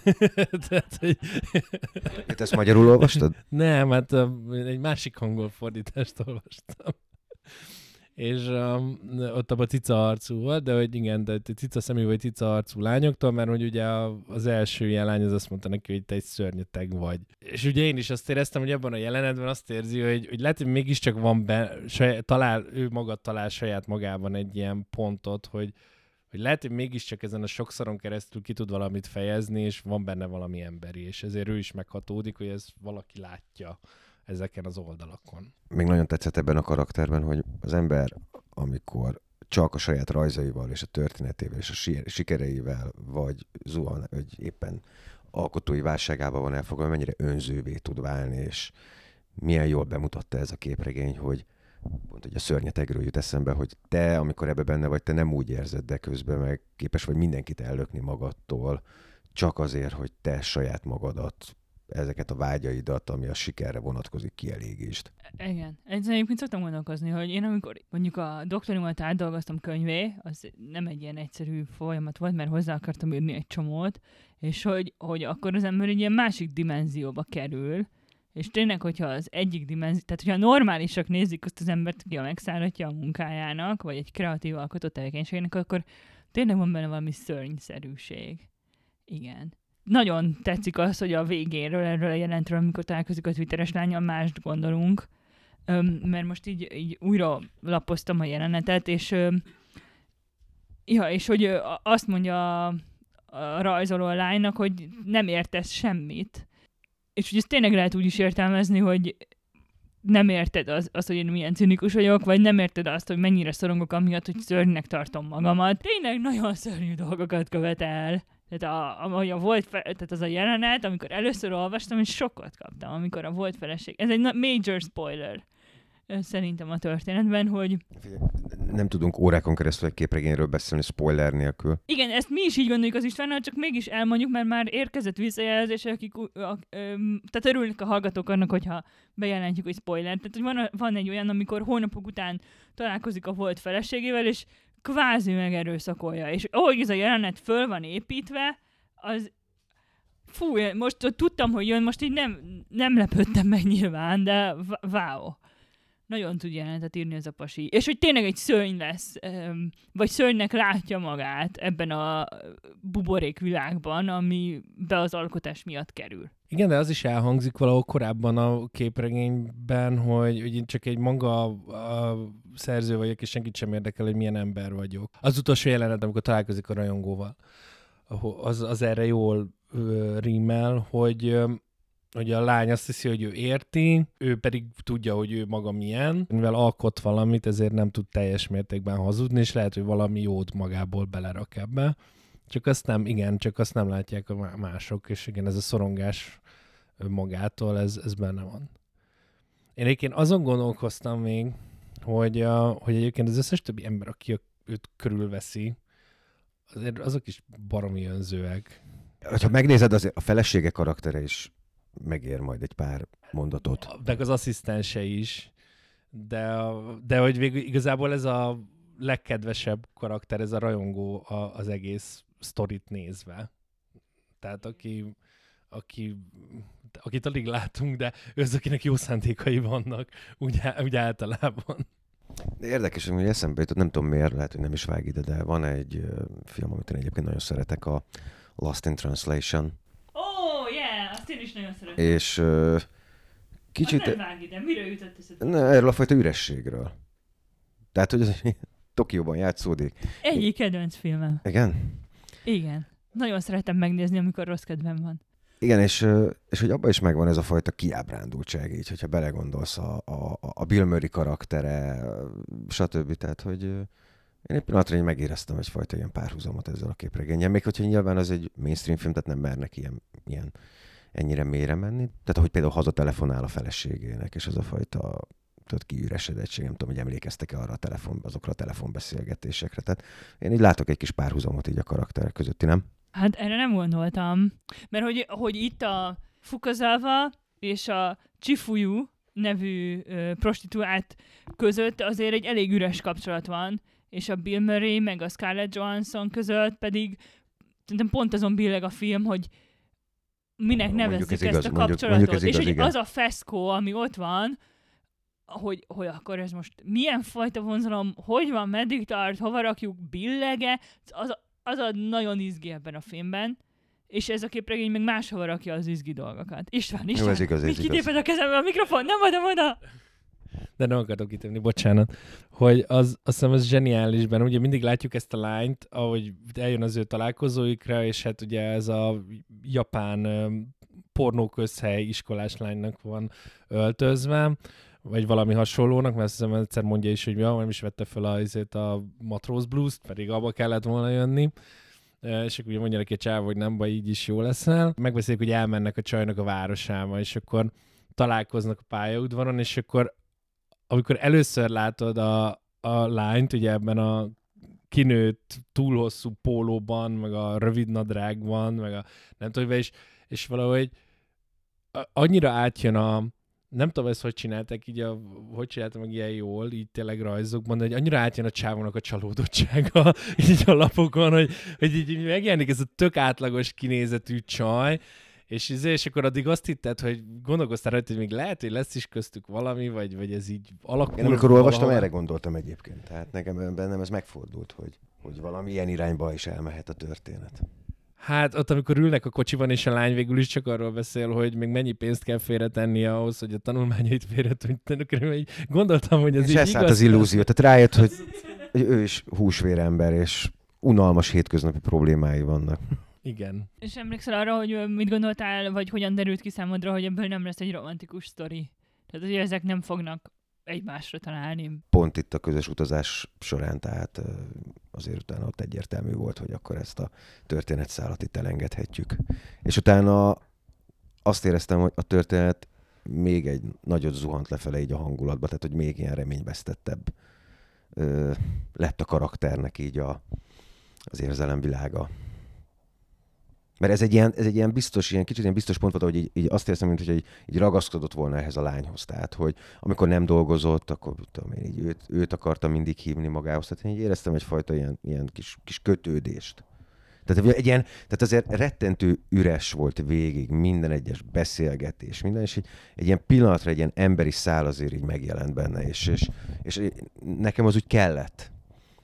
Tehát, hogy... Te ezt magyarul olvastad? Nem, hát egy másik angol fordítást olvastam. És um, ott abban cica arcú volt, de hogy igen, de cica szemű vagy cica arcú lányoktól, mert hogy ugye az első ilyen lány az azt mondta neki, hogy te egy szörnyeteg vagy. És ugye én is azt éreztem, hogy abban a jelenetben azt érzi, hogy, hogy lehet, hogy mégiscsak van be, saját, talál, ő maga talál saját magában egy ilyen pontot, hogy, hogy lehet, hogy mégiscsak ezen a sokszoron keresztül ki tud valamit fejezni, és van benne valami emberi, és ezért ő is meghatódik, hogy ez valaki látja ezeken az oldalakon. Még nagyon tetszett ebben a karakterben, hogy az ember, amikor csak a saját rajzaival és a történetével és a sikereivel, vagy zuhan, vagy éppen alkotói válságában van elfoglalva, mennyire önzővé tud válni, és milyen jól bemutatta ez a képregény, hogy pont, hogy a szörnyetegről jut eszembe, hogy te, amikor ebbe benne vagy, te nem úgy érzed, de közben meg képes vagy mindenkit ellökni magadtól, csak azért, hogy te saját magadat, ezeket a vágyaidat, ami a sikerre vonatkozik, kielégést. Igen. Egyszerűen egyébként szoktam gondolkozni, hogy én amikor mondjuk a doktorimat átdolgoztam könyvé, az nem egy ilyen egyszerű folyamat volt, mert hozzá akartam írni egy csomót, és hogy, hogy akkor az ember egy ilyen másik dimenzióba kerül, és tényleg, hogyha az egyik dimenzió, tehát hogyha normálisak nézik azt az embert, aki a megszállatja a munkájának, vagy egy kreatív alkotó tevékenységnek, akkor tényleg van benne valami szörnyszerűség. Igen. Nagyon tetszik az, hogy a végéről, erről a jelentről, amikor találkozik a twitteres lánnyal, mást gondolunk, öm, mert most így, így újra lapoztam a jelenetet, és, öm, ja, és hogy ö, azt mondja a, a rajzoló a lánynak, hogy nem értesz semmit. És hogy ezt tényleg lehet úgy is értelmezni, hogy nem érted az, az, hogy én milyen cinikus vagyok, vagy nem érted azt, hogy mennyire szorongok amiatt, hogy szörnynek tartom magamat. Tényleg nagyon szörnyű dolgokat követel. Tehát, a, a, a volt fe, tehát az a jelenet, amikor először olvastam, és sokkot kaptam, amikor a volt feleség. Ez egy major spoiler szerintem a történetben, hogy... Nem tudunk órákon keresztül egy képregényről beszélni spoiler nélkül. Igen, ezt mi is így gondoljuk az Istvánnal, csak mégis elmondjuk, mert már érkezett visszajelzés, akik, a, a, a, tehát örülnek a hallgatók annak, hogyha bejelentjük, hogy spoiler. Tehát, hogy van, van egy olyan, amikor hónapok után találkozik a volt feleségével, és kvázi megerőszakolja. És ahogy ez a jelenet föl van építve, az... Fú, most tudtam, hogy jön, most így nem, nem lepődtem meg nyilván, de wow. Nagyon tud jelenetet írni ez a pasi. És hogy tényleg egy szörny lesz, vagy szörnynek látja magát ebben a buborék világban, ami be az alkotás miatt kerül. Igen, de az is elhangzik valahol korábban a képregényben, hogy, hogy én csak egy maga a szerző vagyok, és senkit sem érdekel, hogy milyen ember vagyok. Az utolsó jelenet, amikor találkozik a rajongóval, az, az erre jól ö, rímel, hogy... hogy a lány azt hiszi, hogy ő érti, ő pedig tudja, hogy ő maga milyen. Mivel alkot valamit, ezért nem tud teljes mértékben hazudni, és lehet, hogy valami jót magából belerak ebbe. Csak azt nem, igen, csak azt nem látják a mások, és igen, ez a szorongás magától, ez, ez benne van. Én egyébként azon gondolkoztam még, hogy, a, hogy egyébként az összes többi ember, aki őt körülveszi, azért azok is baromi önzőek. Ha megnézed, azért a felesége karaktere is megér majd egy pár mondatot. Meg az asszisztense is. De, de hogy végül igazából ez a legkedvesebb karakter, ez a rajongó a, az egész sztorit nézve. Tehát aki, aki, akit alig látunk, de ő az, akinek jó szándékai vannak, úgy, úgy általában. Érdekes, hogy eszembe jutott, nem tudom miért, lehet, hogy nem is vág ide, de van egy uh, film, amit én egyébként nagyon szeretek, a Lost in Translation. Azt én is nagyon szeretem. És uh, kicsit... Az nem vág ide. Miről jutott eszedbe? Erről a fajta ürességről. Tehát, hogy az Tokióban játszódik. Egyik kedvenc filmem. Igen? Igen. Nagyon szeretem megnézni, amikor rossz kedvem van. Igen, és, és hogy abban is megvan ez a fajta kiábrándultság, így, hogyha belegondolsz a, a, a Bill Murray karaktere, stb. Tehát, hogy én egy pillanatra így megéreztem egyfajta ilyen párhuzamot ezzel a képregénnyel, még hogyha nyilván az egy mainstream film, tehát nem mernek ilyen, ilyen ennyire mélyre menni. Tehát ahogy például hazatelefonál a feleségének, és az a fajta tudod, kiüresedettség, nem tudom, hogy emlékeztek-e arra a telefon, azokra a telefonbeszélgetésekre. Tehát én így látok egy kis párhuzamot így a karakterek közötti, nem? Hát erre nem gondoltam. Mert hogy, hogy itt a Fukazawa és a Chifuyu nevű ö, prostituált között azért egy elég üres kapcsolat van, és a Bill Murray meg a Scarlett Johansson között pedig szerintem pont azon billeg a film, hogy minek nevezzük ezt igaz, a mondjuk, kapcsolatot. mondjuk ez igaz, és hogy igen. az a feszkó, ami ott van, hogy, hogy akkor ez most milyen fajta vonzalom, hogy van, meddig tart, hova rakjuk, billege, az a, az a nagyon izgi ebben a filmben, és ez a képregény meg máshova rakja az izgi dolgokat. István, István, Jó, ez igaz, ez mit kitéped a kezembe a mikrofon? Nem adom oda! De nem akarok kitépni, bocsánat. Hogy az, azt hiszem, az zseniális benne. Ugye mindig látjuk ezt a lányt, ahogy eljön az ő találkozóikra, és hát ugye ez a japán pornóközhely iskolás lánynak van öltözve, vagy valami hasonlónak, mert azt hiszem, egyszer mondja is, hogy ja, nem is vette fel a, azért a Matróz Blues-t, pedig abba kellett volna jönni. És akkor ugye mondja neki a csáv, hogy nem baj, így is jó leszel. Megbeszéljük, hogy elmennek a csajnak a városába, és akkor találkoznak a pályaudvaron, és akkor amikor először látod a, a lányt, ugye ebben a kinőtt, túl hosszú pólóban, meg a rövid nadrágban, meg a nem tudom, és, és valahogy annyira átjön a, nem tudom, ezt hogy csinálták, így a, hogy csináltam meg ilyen jól, így tényleg rajzokban, de hogy annyira átjön a csávónak a csalódottsága így a lapokon, hogy, hogy így, így megjelenik ez a tök átlagos kinézetű csaj, és, és akkor addig azt hitted, hogy gondolkoztál rajta, hogy még lehet, hogy lesz is köztük valami, vagy, vagy ez így alakul. Én amikor olvastam, erre gondoltam egyébként. Tehát nekem bennem ez megfordult, hogy, hogy valami ilyen irányba is elmehet a történet. Hát ott, amikor ülnek a kocsiban, és a lány végül is csak arról beszél, hogy még mennyi pénzt kell félretennie ahhoz, hogy a tanulmányait félretudjon. Gondoltam, hogy ez és így ez igaz. Hát az illúzió. Tehát rájött, hogy, hogy ő is húsvérember, és unalmas hétköznapi problémái vannak. Igen. És emlékszel arra, hogy mit gondoltál, vagy hogyan derült ki számodra, hogy ebből nem lesz egy romantikus sztori? Tehát, hogy ezek nem fognak egymásra találni. Pont itt a közös utazás során, tehát azért utána ott egyértelmű volt, hogy akkor ezt a történetszálat itt elengedhetjük. És utána azt éreztem, hogy a történet még egy nagyot zuhant lefele így a hangulatba, tehát hogy még ilyen reményvesztettebb ö, lett a karakternek így a, az érzelemvilága. Mert ez egy ilyen, ez egy ilyen biztos, ilyen kicsit ilyen biztos pont volt, hogy így, így azt érzem, mint hogy így, így ragaszkodott volna ehhez a lányhoz. Tehát, hogy amikor nem dolgozott, akkor tudom én, így őt, őt akarta mindig hívni magához. Tehát én így éreztem egyfajta ilyen, ilyen kis, kis kötődést. Tehát, egy ilyen, tehát azért rettentő üres volt végig minden egyes beszélgetés, minden, és egy, egy ilyen pillanatra egy ilyen emberi szál azért így megjelent benne, és, és, és nekem az úgy kellett.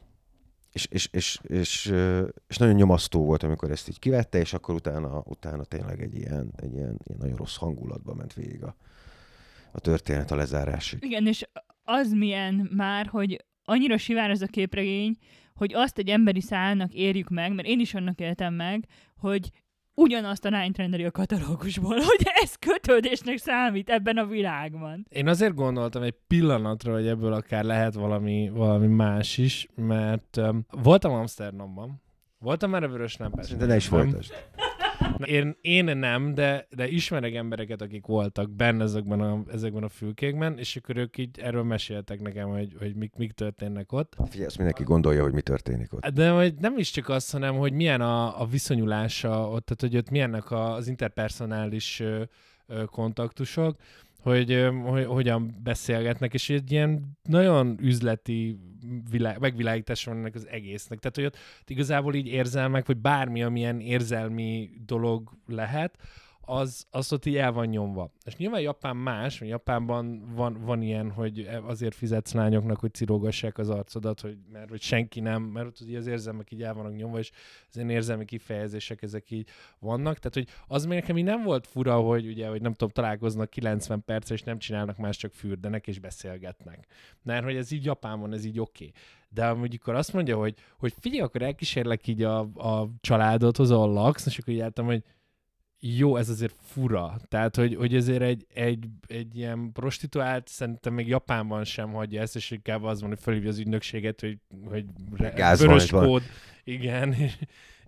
És, és, és, és, és nagyon nyomasztó volt, amikor ezt így kivette, és akkor utána, utána tényleg egy ilyen, egy ilyen, ilyen nagyon rossz hangulatba ment végig a, a történet a lezárásig. Igen, és az milyen már, hogy annyira sivár ez a képregény, hogy azt egy emberi szálnak érjük meg, mert én is annak éltem meg, hogy ugyanazt a lányt rendeli a katalógusból, hogy ez kötődésnek számít ebben a világban. Én azért gondoltam egy pillanatra, hogy ebből akár lehet valami, valami más is, mert um, voltam Amsterdamban, voltam már a Vörös Lámpás. De ne is folytasd. Én, én nem, de, de ismerek embereket, akik voltak benne ezekben a, ezekben a fülkékben, és akkor ők így erről meséltek nekem, hogy, hogy mik, mik történnek ott. Figyelj, azt mindenki gondolja, hogy mi történik ott. De hogy nem is csak az, hanem hogy milyen a, a viszonyulása ott, tehát hogy ott milyennek az interpersonális ö, ö, kontaktusok, hogy, hogy hogyan beszélgetnek, és egy ilyen nagyon üzleti világ, megvilágítása van ennek az egésznek. Tehát, hogy ott igazából így érzelmek, vagy bármi, amilyen érzelmi dolog lehet, az, az ott így el van nyomva. És nyilván Japán más, mert Japánban van, van ilyen, hogy azért fizetsz lányoknak, hogy cirógassák az arcodat, hogy, mert hogy senki nem, mert ott ugye az érzelmek így el vannak nyomva, és az ilyen érzelmi kifejezések ezek így vannak. Tehát, hogy az még nekem így nem volt fura, hogy ugye, hogy nem tudom, találkoznak kilencven percre, és nem csinálnak más, csak fürdenek és beszélgetnek. Mert hogy ez így Japánban, ez így oké. Okay. De amikor azt mondja, hogy, hogy figyelj, akkor elkísérlek így a, a családodhoz, ahol laksz, és akkor így álltam, hogy jó, ez azért fura. Tehát, hogy, hogy ezért egy, egy, egy ilyen prostituált szerintem még Japánban sem hagyja ezt, és inkább az van, hogy felhívja az ügynökséget, hogy, hogy vörös kód. Igen. És,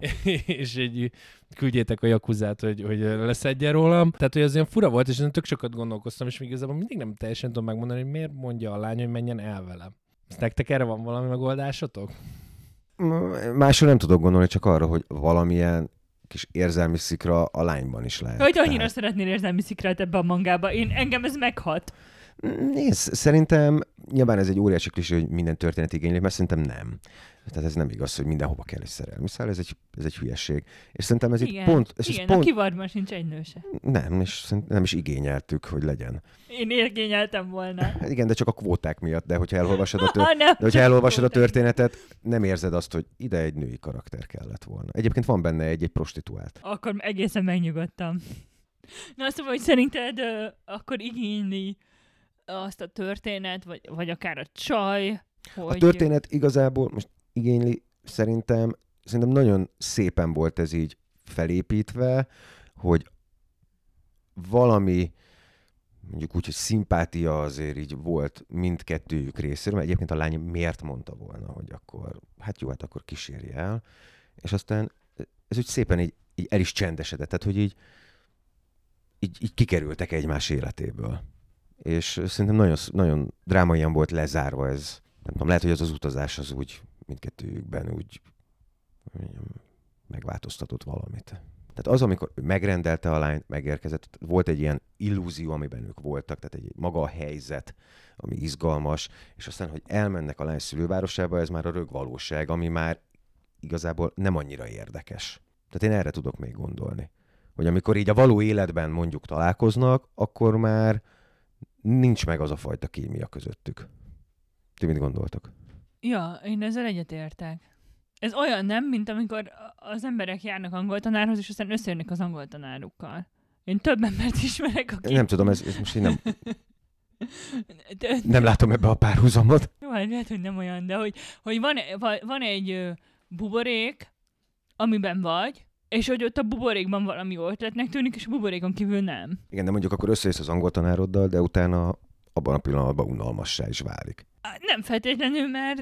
és egy, küldjétek a jakuzát, hogy, hogy leszedjen rólam. Tehát, hogy ez ilyen fura volt, és én tök sokat gondolkoztam, és még igazából mindig nem teljesen tudom megmondani, hogy miért mondja a lány, hogy menjen el velem. Nektek erre van valami megoldásotok? Másról nem tudok gondolni, csak arra, hogy valamilyen kis érzelmi szikra a lányban is lehet. Hogy annyira tehát... szeretnél érzelmi szikrát ebbe a mangába. Én, engem ez meghat. Nézd, szerintem nyilván ez egy óriási klisé, hogy minden történet igényli, mert szerintem nem. Tehát ez nem igaz, hogy mindenhova kell egy szerelmi szál, ez egy, ez egy hülyeség. És szerintem ez igen, itt pont... Ez igen, pont... a kivarban sincs egy nő se. Nem, és nem is igényeltük, hogy legyen. Én igényeltem volna. Igen, de csak a kvóták miatt, de hogyha elolvasod a, tör... ah, de hogyha elolvasod a történetet, nem érzed azt, hogy ide egy női karakter kellett volna. Egyébként van benne egy-egy prostituált. Akkor egészen megnyugodtam. Na szóval, hogy szerinted uh, akkor igényli azt a történet, vagy, vagy akár a csaj, hogy... A történet igazából most igényli, szerintem, szerintem nagyon szépen volt ez így felépítve, hogy valami, mondjuk úgy, hogy szimpátia azért így volt mindkettőjük részéről, mert egyébként a lány miért mondta volna, hogy akkor, hát jó, hát akkor kísérje el, és aztán ez úgy szépen így, így el is csendesedett, tehát hogy így, így, így kikerültek egymás életéből. És szerintem nagyon, nagyon drámaian volt lezárva ez. Nem tudom, lehet, hogy az az utazás az úgy mindkettőjükben úgy megváltoztatott valamit. Tehát az, amikor megrendelte a lányt, megérkezett, volt egy ilyen illúzió, amiben ők voltak, tehát egy maga a helyzet, ami izgalmas, és aztán, hogy elmennek a lány szülővárosába, ez már a rögvalóság, ami már igazából nem annyira érdekes. Tehát én erre tudok még gondolni. Hogy amikor így a való életben mondjuk találkoznak, akkor már nincs meg az a fajta kémia közöttük. Ti mit gondoltok? Ja, én ezzel egyetértek. Ez olyan nem, mint amikor az emberek járnak angoltanárhoz, és aztán összejönnek az angoltanárukkal. Én több embert ismerek, akik... Nem tudom, ez, ez most én nem... nem látom ebbe a párhuzamot. Jó, hát lehet, hogy nem olyan, de hogy, hogy van, van egy buborék, amiben vagy, és hogy ott a buborékban valami jó ötletnek tűnik, és a buborékon kívül nem. Igen, de mondjuk akkor összejössz az angol tanároddal, de utána abban a pillanatban unalmassá is válik. Nem feltétlenül, mert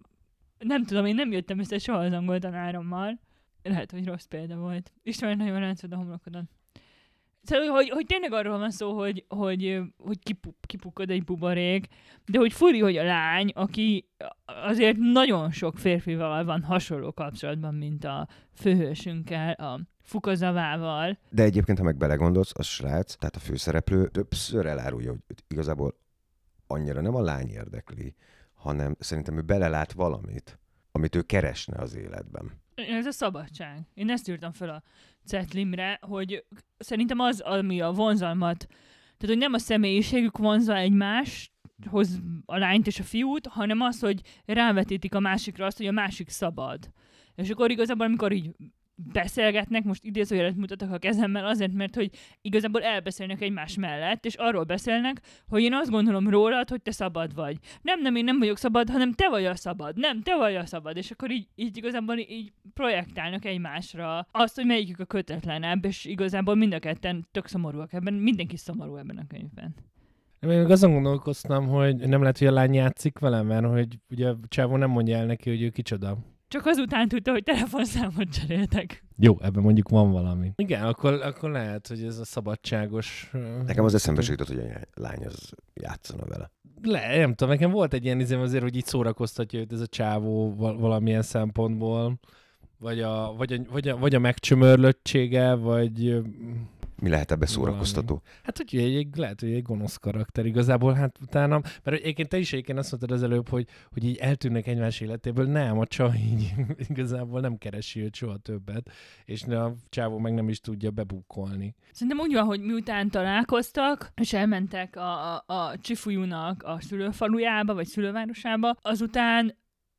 nem tudom, én nem jöttem össze soha az angol tanárommal. Lehet, hogy rossz példa volt. István, nagyon ráncod a homlokodon. Szóval, hogy, hogy tényleg arról van szó, hogy, hogy, hogy kipu, kipukkad egy buborék, de hogy furi, hogy a lány, aki azért nagyon sok férfival van hasonló kapcsolatban, mint a főhősünkkel, a Fukozavával. De egyébként, ha meg belegondolsz, a srác, tehát a főszereplő többször elárulja, hogy igazából annyira nem a lány érdekli, hanem szerintem ő belelát valamit, amit ő keresne az életben. Ez a szabadság. Én ezt írtam fel a cetlimre, hogy szerintem az, ami a vonzalmat, tehát hogy nem a személyiségük vonza egymáshoz a lányt és a fiút, hanem az, hogy rávetítik a másikra azt, hogy a másik szabad. És akkor igazából, amikor így beszélgetnek, most idézőjelet mutatok a kezemmel azért, mert hogy igazából elbeszélnek egymás mellett, és arról beszélnek, hogy én azt gondolom rólad, hogy te szabad vagy. Nem, nem, én nem vagyok szabad, hanem te vagy a szabad. Nem, te vagy a szabad. És akkor így, így igazából így projektálnak egymásra azt, hogy melyikük a kötetlenebb, és igazából mind a ketten tök szomorúak ebben, mindenki szomorú ebben a könyvben. Én még azon gondolkoztam, hogy nem lehet, hogy a lány játszik velem, mert hogy ugye a csávó nem mondja el neki, hogy ő kicsoda. Csak azután tudta, hogy telefonszámot cseréltek. Jó, ebben mondjuk van valami. Igen, akkor, akkor lehet, hogy ez a szabadságos... Nekem az eszembe jutott, hogy a lány az játszana vele. Le, nem tudom, nekem volt egy ilyen izém azért, hogy így szórakoztatja őt ez a csávó valamilyen szempontból, vagy a, vagy a, vagy a, vagy a megcsömörlöttsége, vagy... Mi lehet ebbe szórakoztató? Valami. Hát, hogy egy, egy, lehet, hogy egy gonosz karakter igazából, hát utána, mert egyébként te is egyébként azt mondtad az előbb, hogy, hogy így eltűnnek egymás életéből, nem, a csaj így igazából nem keresi őt soha többet, és a csávó meg nem is tudja bebukkolni. Szerintem úgy van, hogy miután találkoztak, és elmentek a, a, a Chifuyunak a szülőfalujába, vagy szülővárosába, azután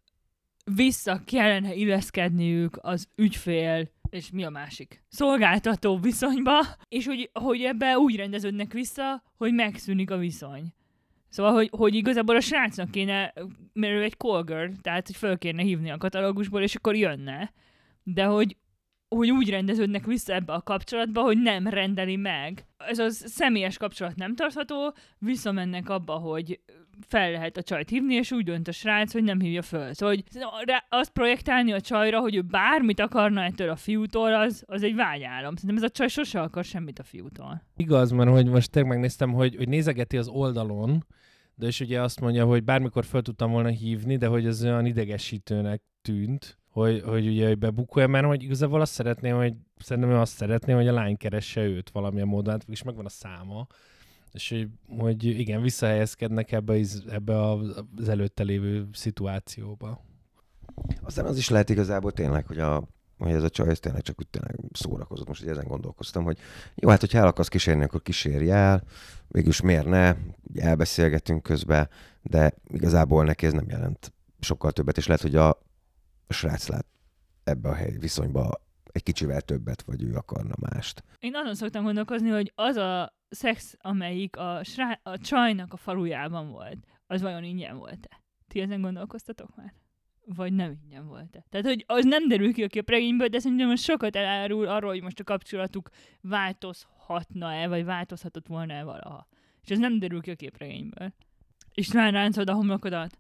vissza kellene illeszkedniük az ügyfél és mi a másik? Szolgáltató viszonyba, és hogy, hogy ebbe úgy rendeződnek vissza, hogy megszűnik a viszony. Szóval, hogy, hogy igazából a srácnak kéne, mert ő egy call girl, tehát hogy föl kéne hívni a katalógusból, és akkor jönne. De hogy, hogy úgy rendeződnek vissza ebbe a kapcsolatba, hogy nem rendeli meg. Ez a személyes kapcsolat nem tartható, visszamennek abba, hogy fel lehet a csajt hívni, és úgy dönt a srác, hogy nem hívja föl. Szóval, hogy azt projektálni a csajra, hogy ő bármit akarna ettől a fiútól, az, az egy vágyálom. Szerintem ez a csaj sose akar semmit a fiútól. Igaz, mert hogy most tényleg megnéztem, hogy, hogy nézegeti az oldalon, de és ugye azt mondja, hogy bármikor föl tudtam volna hívni, de hogy ez olyan idegesítőnek tűnt, hogy, hogy ugye bebukkolja, mert hogy igazából azt szeretné, hogy szerintem ő azt szeretné, hogy a lány keresse őt valamilyen módon, hát és megvan a száma, és hogy, hogy igen, visszahelyezkednek ebbe, ebbe az előtte lévő szituációba. Aztán az is lehet igazából tényleg, hogy, a, hogy ez a csaj, ez tényleg csak úgy tényleg szórakozott. Most ezen gondolkoztam, hogy jó, hát hogyha el akarsz kísérni, akkor kísérj el, végülis miért ne, elbeszélgetünk közben, de igazából neki ez nem jelent sokkal többet, és lehet, hogy a, a srác lát ebbe a hely viszonyba egy kicsivel többet, vagy ő akarna mást. Én azon szoktam gondolkozni, hogy az a szex, amelyik a, srá- a csajnak a falujában volt, az vajon ingyen volt-e? Ti ezen gondolkoztatok már? Vagy nem ingyen volt-e? Tehát, hogy az nem derül ki a képregényből, de szerintem most sokat elárul arról, hogy most a kapcsolatuk változhatna-e, vagy változhatott volna-e valaha. És ez nem derül ki a képregényből. István, ráncod a homlokodat.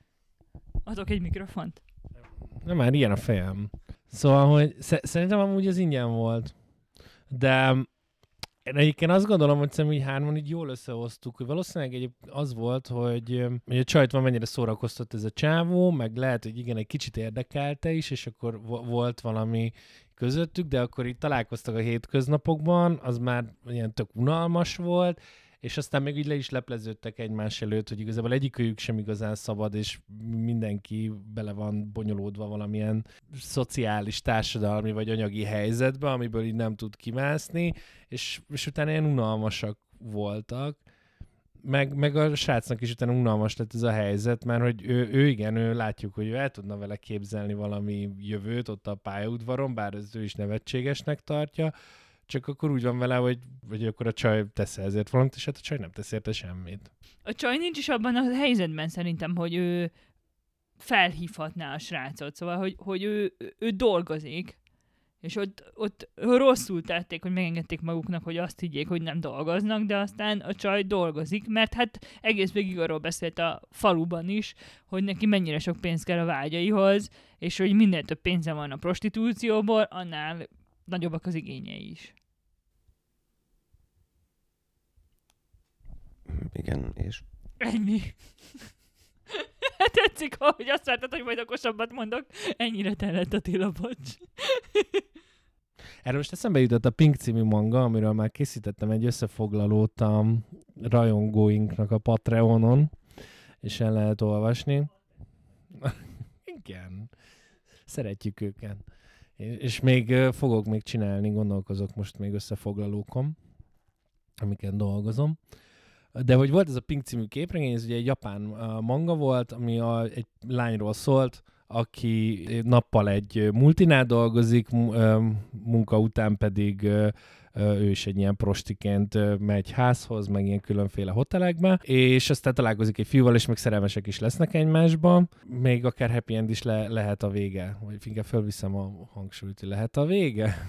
Adok egy mikrofont. Nem, már ilyen a fejem. Szóval, hogy sz- szerintem amúgy az ingyen volt. De én egyébként azt gondolom, hogy szerintem így hárman így jól összehoztuk, hogy valószínűleg egyébként az volt, hogy, hogy a csajt van mennyire szórakoztat ez a csávó, meg lehet, hogy igen, egy kicsit érdekelte is, és akkor vo- volt valami közöttük, de akkor így találkoztak a hétköznapokban, az már ilyen tök unalmas volt, és aztán még így le is lepleződtek egymás előtt, hogy igazából egyikőjük sem igazán szabad, és mindenki bele van bonyolódva valamilyen szociális, társadalmi vagy anyagi helyzetbe, amiből így nem tud kimászni, és, és utána ilyen unalmasak voltak. Meg, meg a srácnak is utána unalmas lett ez a helyzet, mert hogy ő, ő igen, ő látjuk, hogy ő el tudna vele képzelni valami jövőt ott a pályaudvaron, bár ez ő is nevetségesnek tartja, csak akkor úgy van vele, hogy, hogy akkor a csaj tesz ezért valamit, és hát a csaj nem tesz érte semmit. A csaj nincs is abban a helyzetben szerintem, hogy ő felhívhatná a srácot, szóval, hogy, hogy ő, ő dolgozik, És ott, ott rosszul tették, hogy megengedték maguknak, hogy azt higgyék, hogy nem dolgoznak, de aztán a csaj dolgozik, mert hát egész végig arról beszélt a faluban is, hogy neki mennyire sok pénz kell a vágyaihoz, és hogy minél több pénze van a prostitúcióból, annál nagyobbak az igényei is. Igen, és? Ennyi. Tetszik, hogy azt vártad, hogy majd okosabbat mondok. Ennyire tellett Attila, bocs. Erről most eszembe jutott a Pink című manga, amiről már készítettem egy összefoglalót a rajongóinknak a Patreonon, és el lehet olvasni. Igen. Szeretjük őket. És még fogok még csinálni, gondolkozok most még összefoglalókon, amiket dolgozom. De hogy volt ez a Pink című képregény, ez ugye egy japán manga volt, ami a, egy lányról szólt, aki nappal egy multinál dolgozik, munka után pedig ő is egy ilyen prostiként megy házhoz, meg ilyen különféle hotelekbe, és aztán találkozik egy fiúval, és meg szerelmesek is lesznek egymásban, még akár happy end is le, lehet a vége, vagy inkább fölviszem a hangsúlyt, hogy lehet a vége.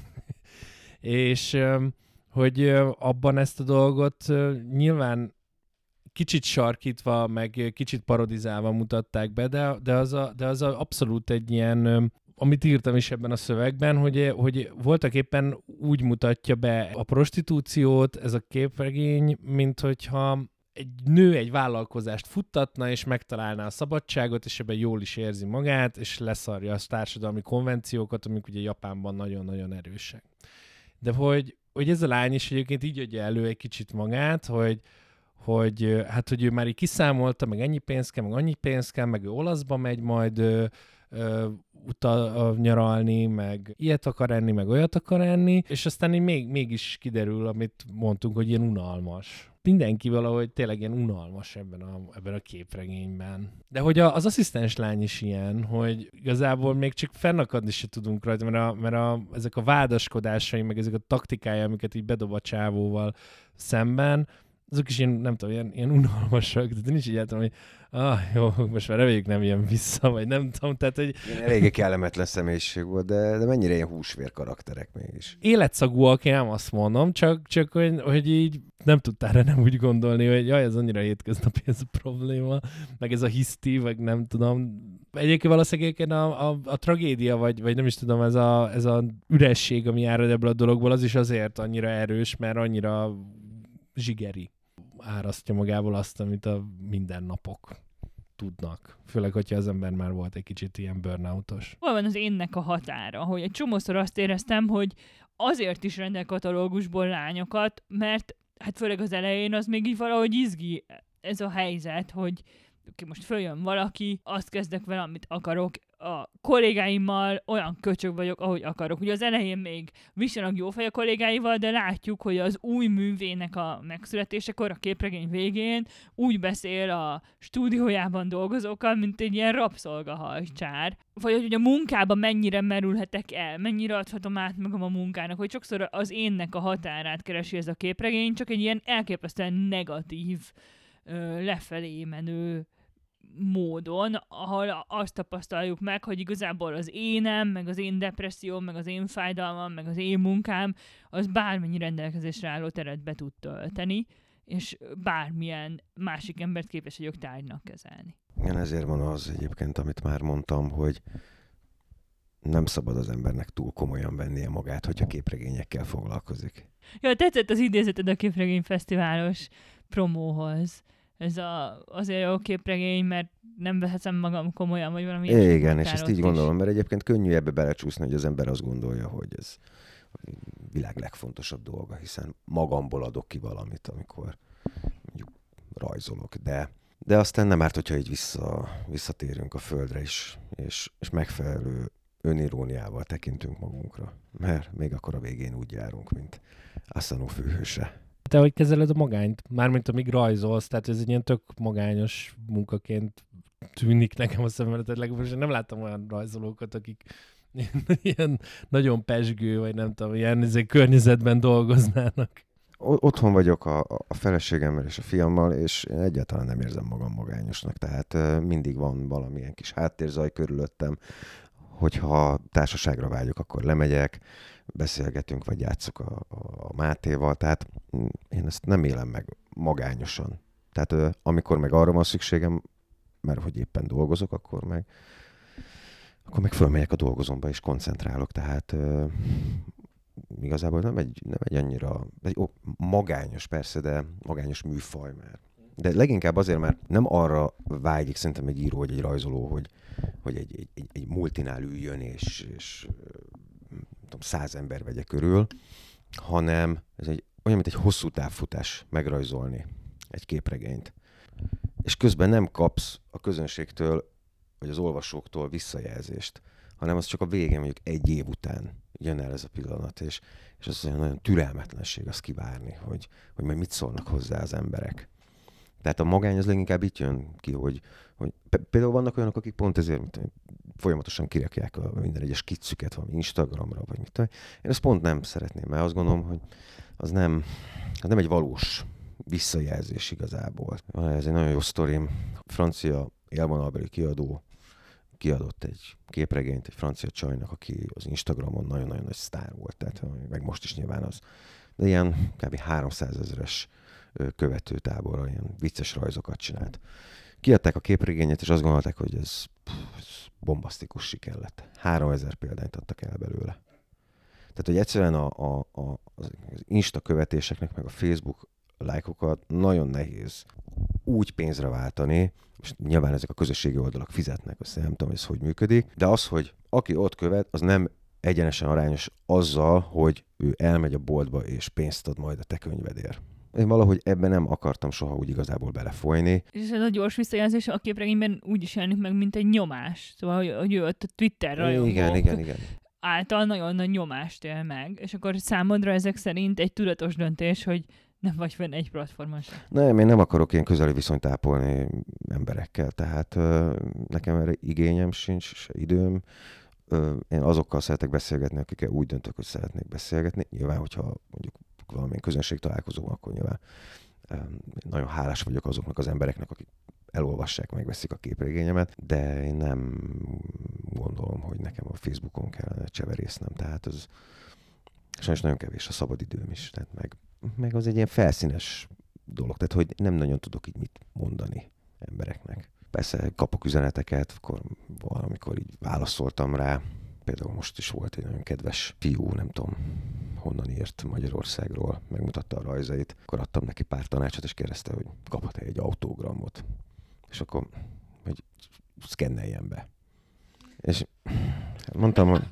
És hogy abban ezt a dolgot nyilván kicsit sarkítva, meg kicsit parodizálva mutatták be, de, de, az, a, de az a abszolút egy ilyen, amit írtam is ebben a szövegben, hogy, hogy voltak éppen úgy mutatja be a prostitúciót, ez a képregény, mint hogyha egy nő egy vállalkozást futtatna, és megtalálná a szabadságot, és ebben jól is érzi magát, és leszarja a társadalmi konvenciókat, amik ugye Japánban nagyon-nagyon erősek. De hogy, hogy ez a lány is egyébként így adja elő egy kicsit magát, hogy hogy hát, hogy ő már így kiszámolta, meg ennyi pénz kell, meg annyi pénz kell, meg ő olaszba megy majd ö, ö, utal, nyaralni, meg ilyet akar enni, meg olyat akar enni, és aztán így még, mégis kiderül, amit mondtunk, hogy ilyen unalmas. Mindenki valahogy tényleg ilyen unalmas ebben a, ebben a képregényben. De hogy a, az asszisztens lány is ilyen, hogy igazából még csak fennakadni se tudunk rajta, mert, a, mert a, ezek a vádaskodásai, meg ezek a taktikája, amiket így bedob a csávóval szemben, azok is ilyen, nem tudom, ilyen, ilyen unalmasak, de nincs így általán, hogy ah, jó, most már reméljük nem ilyen vissza, vagy nem tudom, tehát, hogy... Eléggé kellemetlen személyiség volt, de, de mennyire ilyen húsvér karakterek mégis. Életszagúak, én nem azt mondom, csak, csak hogy, hogy így nem tudtál rá nem úgy gondolni, hogy jaj, ez annyira hétköznapi ez a probléma, meg ez a hiszti, meg nem tudom. Egyébként valószínűleg a, a, a tragédia, vagy, vagy nem is tudom, ez a, ez a üresség, ami árad ebből a dologból, az is azért annyira erős, mert annyira zsigeri. Árasztja magából azt, amit a mindennapok tudnak. Főleg, hogyha az ember már volt egy kicsit ilyen burnoutos. Hol van az énnek a határa? Hogy egy csomószor azt éreztem, hogy azért is rendel katalógusból lányokat, mert hát főleg az elején az még így valahogy izgi ez a helyzet, hogy most följön valaki, azt kezdek vele, amit akarok, a kollégáimmal olyan köcsög vagyok, ahogy akarok. Ugye az elején még viszonylag jó fej a kollégáival, de látjuk, hogy az új művének a megszületésekor, a képregény végén úgy beszél a stúdiójában dolgozókkal, mint egy ilyen rabszolgahajcsár. Vagy hogy a munkában mennyire merülhetek el, mennyire adhatom át magam a munkának, hogy sokszor az énnek a határát keresi ez a képregény, csak egy ilyen elképesztően negatív, lefelé menő módon, ahol azt tapasztaljuk meg, hogy igazából az énem, meg az én depresszióm, meg az én fájdalmam, meg az én munkám, az bármennyi rendelkezésre álló teret be tud tölteni, és bármilyen másik embert képes vagyok tárgynak kezelni. Igen, ezért van az egyébként, amit már mondtam, hogy nem szabad az embernek túl komolyan vennie magát, hogyha képregényekkel foglalkozik. Ja, tetszett az idézeted a képregényfesztiválos promóhoz. Ez a, azért jó képregény, mert nem vehetem magam komolyan, vagy valami ilyesmi. Igen, és ezt így gondolom, mert egyébként könnyű ebbe belecsúszni, hogy az ember azt gondolja, hogy ez a világ legfontosabb dolga, hiszen magamból adok ki valamit, amikor mondjuk rajzolok, de, de aztán nem árt, hogyha így vissza, visszatérünk a földre is, és, és megfelelő öniróniával tekintünk magunkra, mert még akkor a végén úgy járunk, mint Asano főhőse. Te hogy kezeled a magányt? Mármint amíg rajzolsz, tehát ez egy ilyen tök magányos munkaként tűnik nekem a szemületet. Legalábbis nem láttam olyan rajzolókat, akik ilyen nagyon pezsgő, vagy nem tudom, ilyen izé, környezetben dolgoznának. Otthon vagyok a, a feleségemmel és a fiammal, és én egyáltalán nem érzem magam magányosnak, tehát mindig van valamilyen kis háttérzaj körülöttem. hogyha társaságra vágyok, akkor lemegyek, beszélgetünk, vagy játszok a, a Mátéval, tehát én ezt nem élem meg magányosan. Tehát amikor meg arra van szükségem, mert hogy éppen dolgozok, akkor meg, akkor meg fölmegyek a dolgozomba és koncentrálok, tehát uh, igazából nem egy, nem egy annyira, egy, ó, magányos persze, de magányos műfaj már. De leginkább azért, mert nem arra vágyik szerintem egy író vagy egy rajzoló, hogy, hogy egy, egy, egy, egy multinál üljön és, és tudom, száz ember vegye körül, hanem ez egy, olyan, mint egy hosszú távfutás megrajzolni egy képregényt. És közben nem kapsz a közönségtől, vagy az olvasóktól visszajelzést, hanem az csak a végén, mondjuk egy év után jön el ez a pillanat, és, és az olyan nagyon türelmetlenség azt kivárni, hogy, hogy majd mit szólnak hozzá az emberek. Tehát a magány az leginkább itt jön ki, hogy, hogy például vannak olyanok, akik pont ezért mint, folyamatosan kirakják a minden egyes skiccüket valami Instagramra, vagy mit tudom. Én ezt pont nem szeretném, mert azt gondolom, hogy az nem, az nem egy valós visszajelzés igazából. Ez egy nagyon jó sztorim. Francia élvonalbeli kiadó kiadott egy képregényt egy francia csajnak, aki az Instagramon nagyon-nagyon nagy sztár volt, tehát meg most is nyilván az. De ilyen kb. háromszázezeres követőtáborral ilyen vicces rajzokat csinált. Kiadták a képregényet, és azt gondolták, hogy ez, pff, ez bombasztikus siker lett. háromezer példányt adtak el belőle. Tehát, hogy egyszerűen a, a, a, az Insta követéseknek, meg a Facebook lájkokat nagyon nehéz úgy pénzre váltani, és nyilván ezek a közösségi oldalak fizetnek, azt nem tudom, ez hogy működik, de az, hogy aki ott követ, az nem egyenesen arányos azzal, hogy ő elmegy a boltba és pénzt ad majd a te könyvedért. Én valahogy ebben nem akartam soha úgy igazából belefolyni. És ez a gyors visszajelzés a képregényben úgy is jelenik meg, mint egy nyomás. Szóval, hogy, hogy ő ott a Twitter rajongók igen, igen, igen. által nagyon nagy nyomást él meg, és akkor számodra ezek szerint egy tudatos döntés, hogy nem vagy fenn egy platformon sem. Nem, én nem akarok ilyen közeli viszonyt ápolni emberekkel, tehát ö, nekem erre igényem sincs, se időm. Ö, én azokkal szeretek beszélgetni, akikkel úgy döntök, hogy szeretnék beszélgetni. Nyilván, hogyha mondjuk valamilyen közönség találkozó, akkor nyilván ö, nagyon hálás vagyok azoknak az embereknek, akik elolvassák, megveszik a képregényemet, de én nem gondolom, hogy nekem a Facebookon kellene cseverésznem, tehát az sajnos nagyon kevés a szabadidőm is, tehát meg meg az egy ilyen felszínes dolog, tehát hogy nem nagyon tudok így mit mondani embereknek. Persze kapok üzeneteket, akkor valamikor így válaszoltam rá. Például most is volt egy nagyon kedves fiú, nem tudom, honnan írt Magyarországról, megmutatta a rajzait. Akkor adtam neki pár tanácsot, és kérdezte, hogy kaphat-e egy autogramot. És akkor, hogy szkenneljen be. És mondtam, hogy...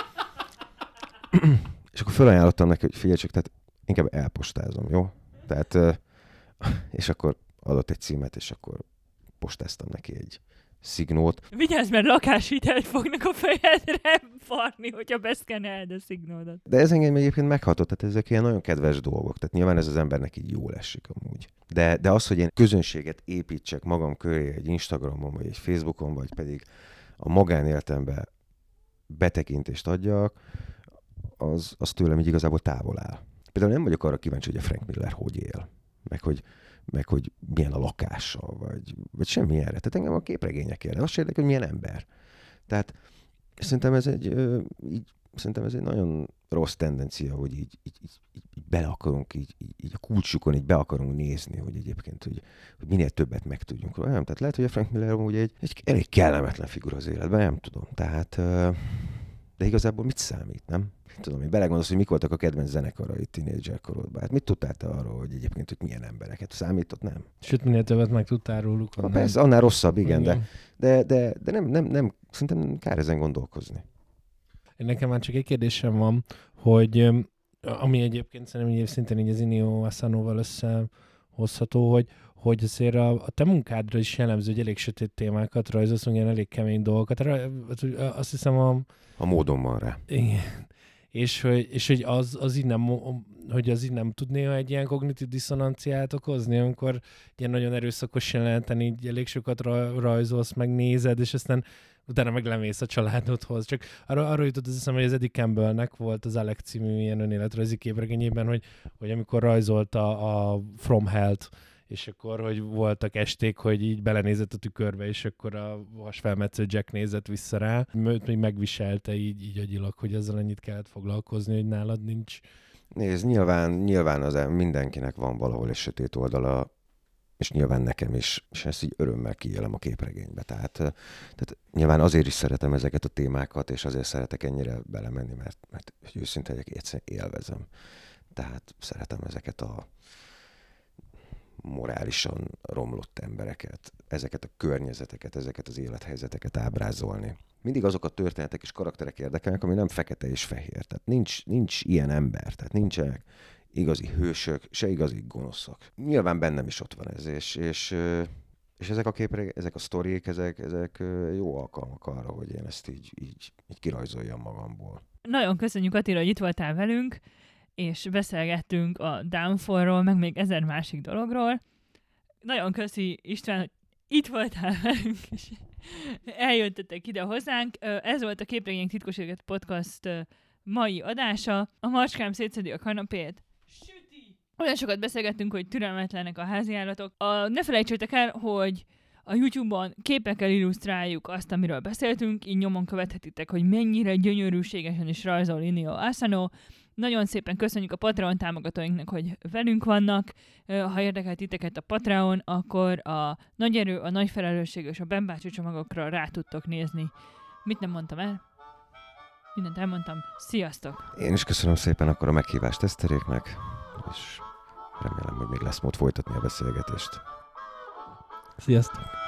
és akkor felajánlottam neki, hogy figyelj csak, tehát inkább elpostázom, jó? Tehát, és akkor adott egy címet, és akkor postáztam neki egy szignót. Vigyázz, mert lakáshitelt fognak a fejedre farni, hogyha beszkeneld a szignódat. De ez engem egyébként meghatott, tehát ezek ilyen nagyon kedves dolgok. Tehát nyilván ez az embernek így jól esik amúgy. De, de az, hogy én közönséget építsek magam köré egy Instagramon, vagy egy Facebookon, vagy pedig a magánéletembe betekintést adjak, az, az tőlem így igazából távol áll. Például nem vagyok arra kíváncsi, hogy a Frank Miller hogy él, meg hogy, meg hogy milyen a lakása, vagy, vagy semmilyenre. Tehát engem a képregények érdekel. Azt érdekel, hogy milyen ember. Tehát szerintem ez egy, így, szerintem ez egy nagyon rossz tendencia, hogy így, így, így, így bele akarunk, így, így, így a kulcsukon így be akarunk nézni, hogy egyébként, hogy, hogy minél többet megtudjunk róla. Nem, tehát lehet, hogy a Frank Miller ugye egy, egy elég kellemetlen figura az életben, nem tudom. Tehát, de igazából mit számít, nem? Tudom, én belegondolsz, hogy mik voltak a kedvenc zenekarai tínédzser korodban. Hát mit tudtál te arról, hogy egyébként hogy milyen embereket számított, nem? Sőt, minél többet megtudtál róluk. Ha, persze, annál rosszabb, igen, igen. de, de, de, de nem, nem, nem, szerintem kár ezen gondolkozni. Én nekem már csak egy kérdésem van, hogy ami egyébként szerintem szintén így az Inio Asanoval összehozható, hogy, hogy azért a, a te munkádra is jellemző, hogy elég sötét témákat rajzolsz, ilyen elég kemény dolgokat. Azt hiszem a... A módon van rá. Igen. És hogy, és hogy az, az így nem, hogy az így nem tud néha egy ilyen kognitív diszonanciát okozni, amikor ilyen nagyon erőszakos jeleneten így elég sokat rajzolsz, meg nézed, és aztán utána meg lemész a családodhoz. Csak arra, arra jutott az eszembe, hogy az Eddie Campbellnek volt az Alex című ilyen önéletrajzi képregényében, hogy, hogy amikor rajzolta a From Hell-t, és akkor, hogy voltak esték, hogy így belenézett a tükörbe, és akkor a hasfelmetsző Jack nézett vissza rá. Őt még megviselte így, így agyilag, hogy ezzel ennyit kellett foglalkozni, hogy nálad nincs. Nézd, nyilván, nyilván az mindenkinek van valahol egy sötét oldala, és nyilván nekem is, és ezt így örömmel kiélem a képregénybe. Tehát, tehát nyilván azért is szeretem ezeket a témákat, és azért szeretek ennyire belemenni, mert, mert hogy őszintén legyek, egyszerűen élvezem. Tehát szeretem ezeket a morálisan romlott embereket, ezeket a környezeteket, ezeket az élethelyzeteket ábrázolni. Mindig azok a történetek és karakterek érdekelnek, ami nem fekete és fehér. Tehát nincs, nincs ilyen ember, tehát nincsenek igazi hősök, se igazi gonoszok. Nyilván bennem is ott van ez, és, és, és ezek a képek, ezek a sztoriék, ezek, ezek jó alkalmak arra, hogy én ezt így, így, így kirajzoljam magamból. Nagyon köszönjük, Attila, hogy itt voltál velünk, és beszélgettünk a Downfallról, meg még ezer másik dologról. Nagyon köszi, István, hogy itt voltál velünk, és eljöttetek ide hozzánk. Ez volt a Képregények Titkosséget podcast mai adása. A macskám szétszedi a kanapét. Süti! Olyan sokat beszélgettünk, hogy türelmetlenek a háziállatok. A, ne felejtsétek el, hogy a YouTube-on képekkel illusztráljuk azt, amiről beszéltünk, így nyomon követhetitek, hogy mennyire gyönyörűségesen is rajzol Inio Asano. Nagyon szépen köszönjük a Patreon támogatóinknak, hogy velünk vannak. Ha érdekel titeket a Patreon, akkor a nagy erő, a nagy felelősség és a bembácsi csomagokra rá tudtok nézni. Mit nem mondtam el? Mindent elmondtam. Sziasztok! Én is köszönöm szépen akkor a meghívást Eszteréknek, és remélem, hogy még lesz mód folytatni a beszélgetést. Sziasztok!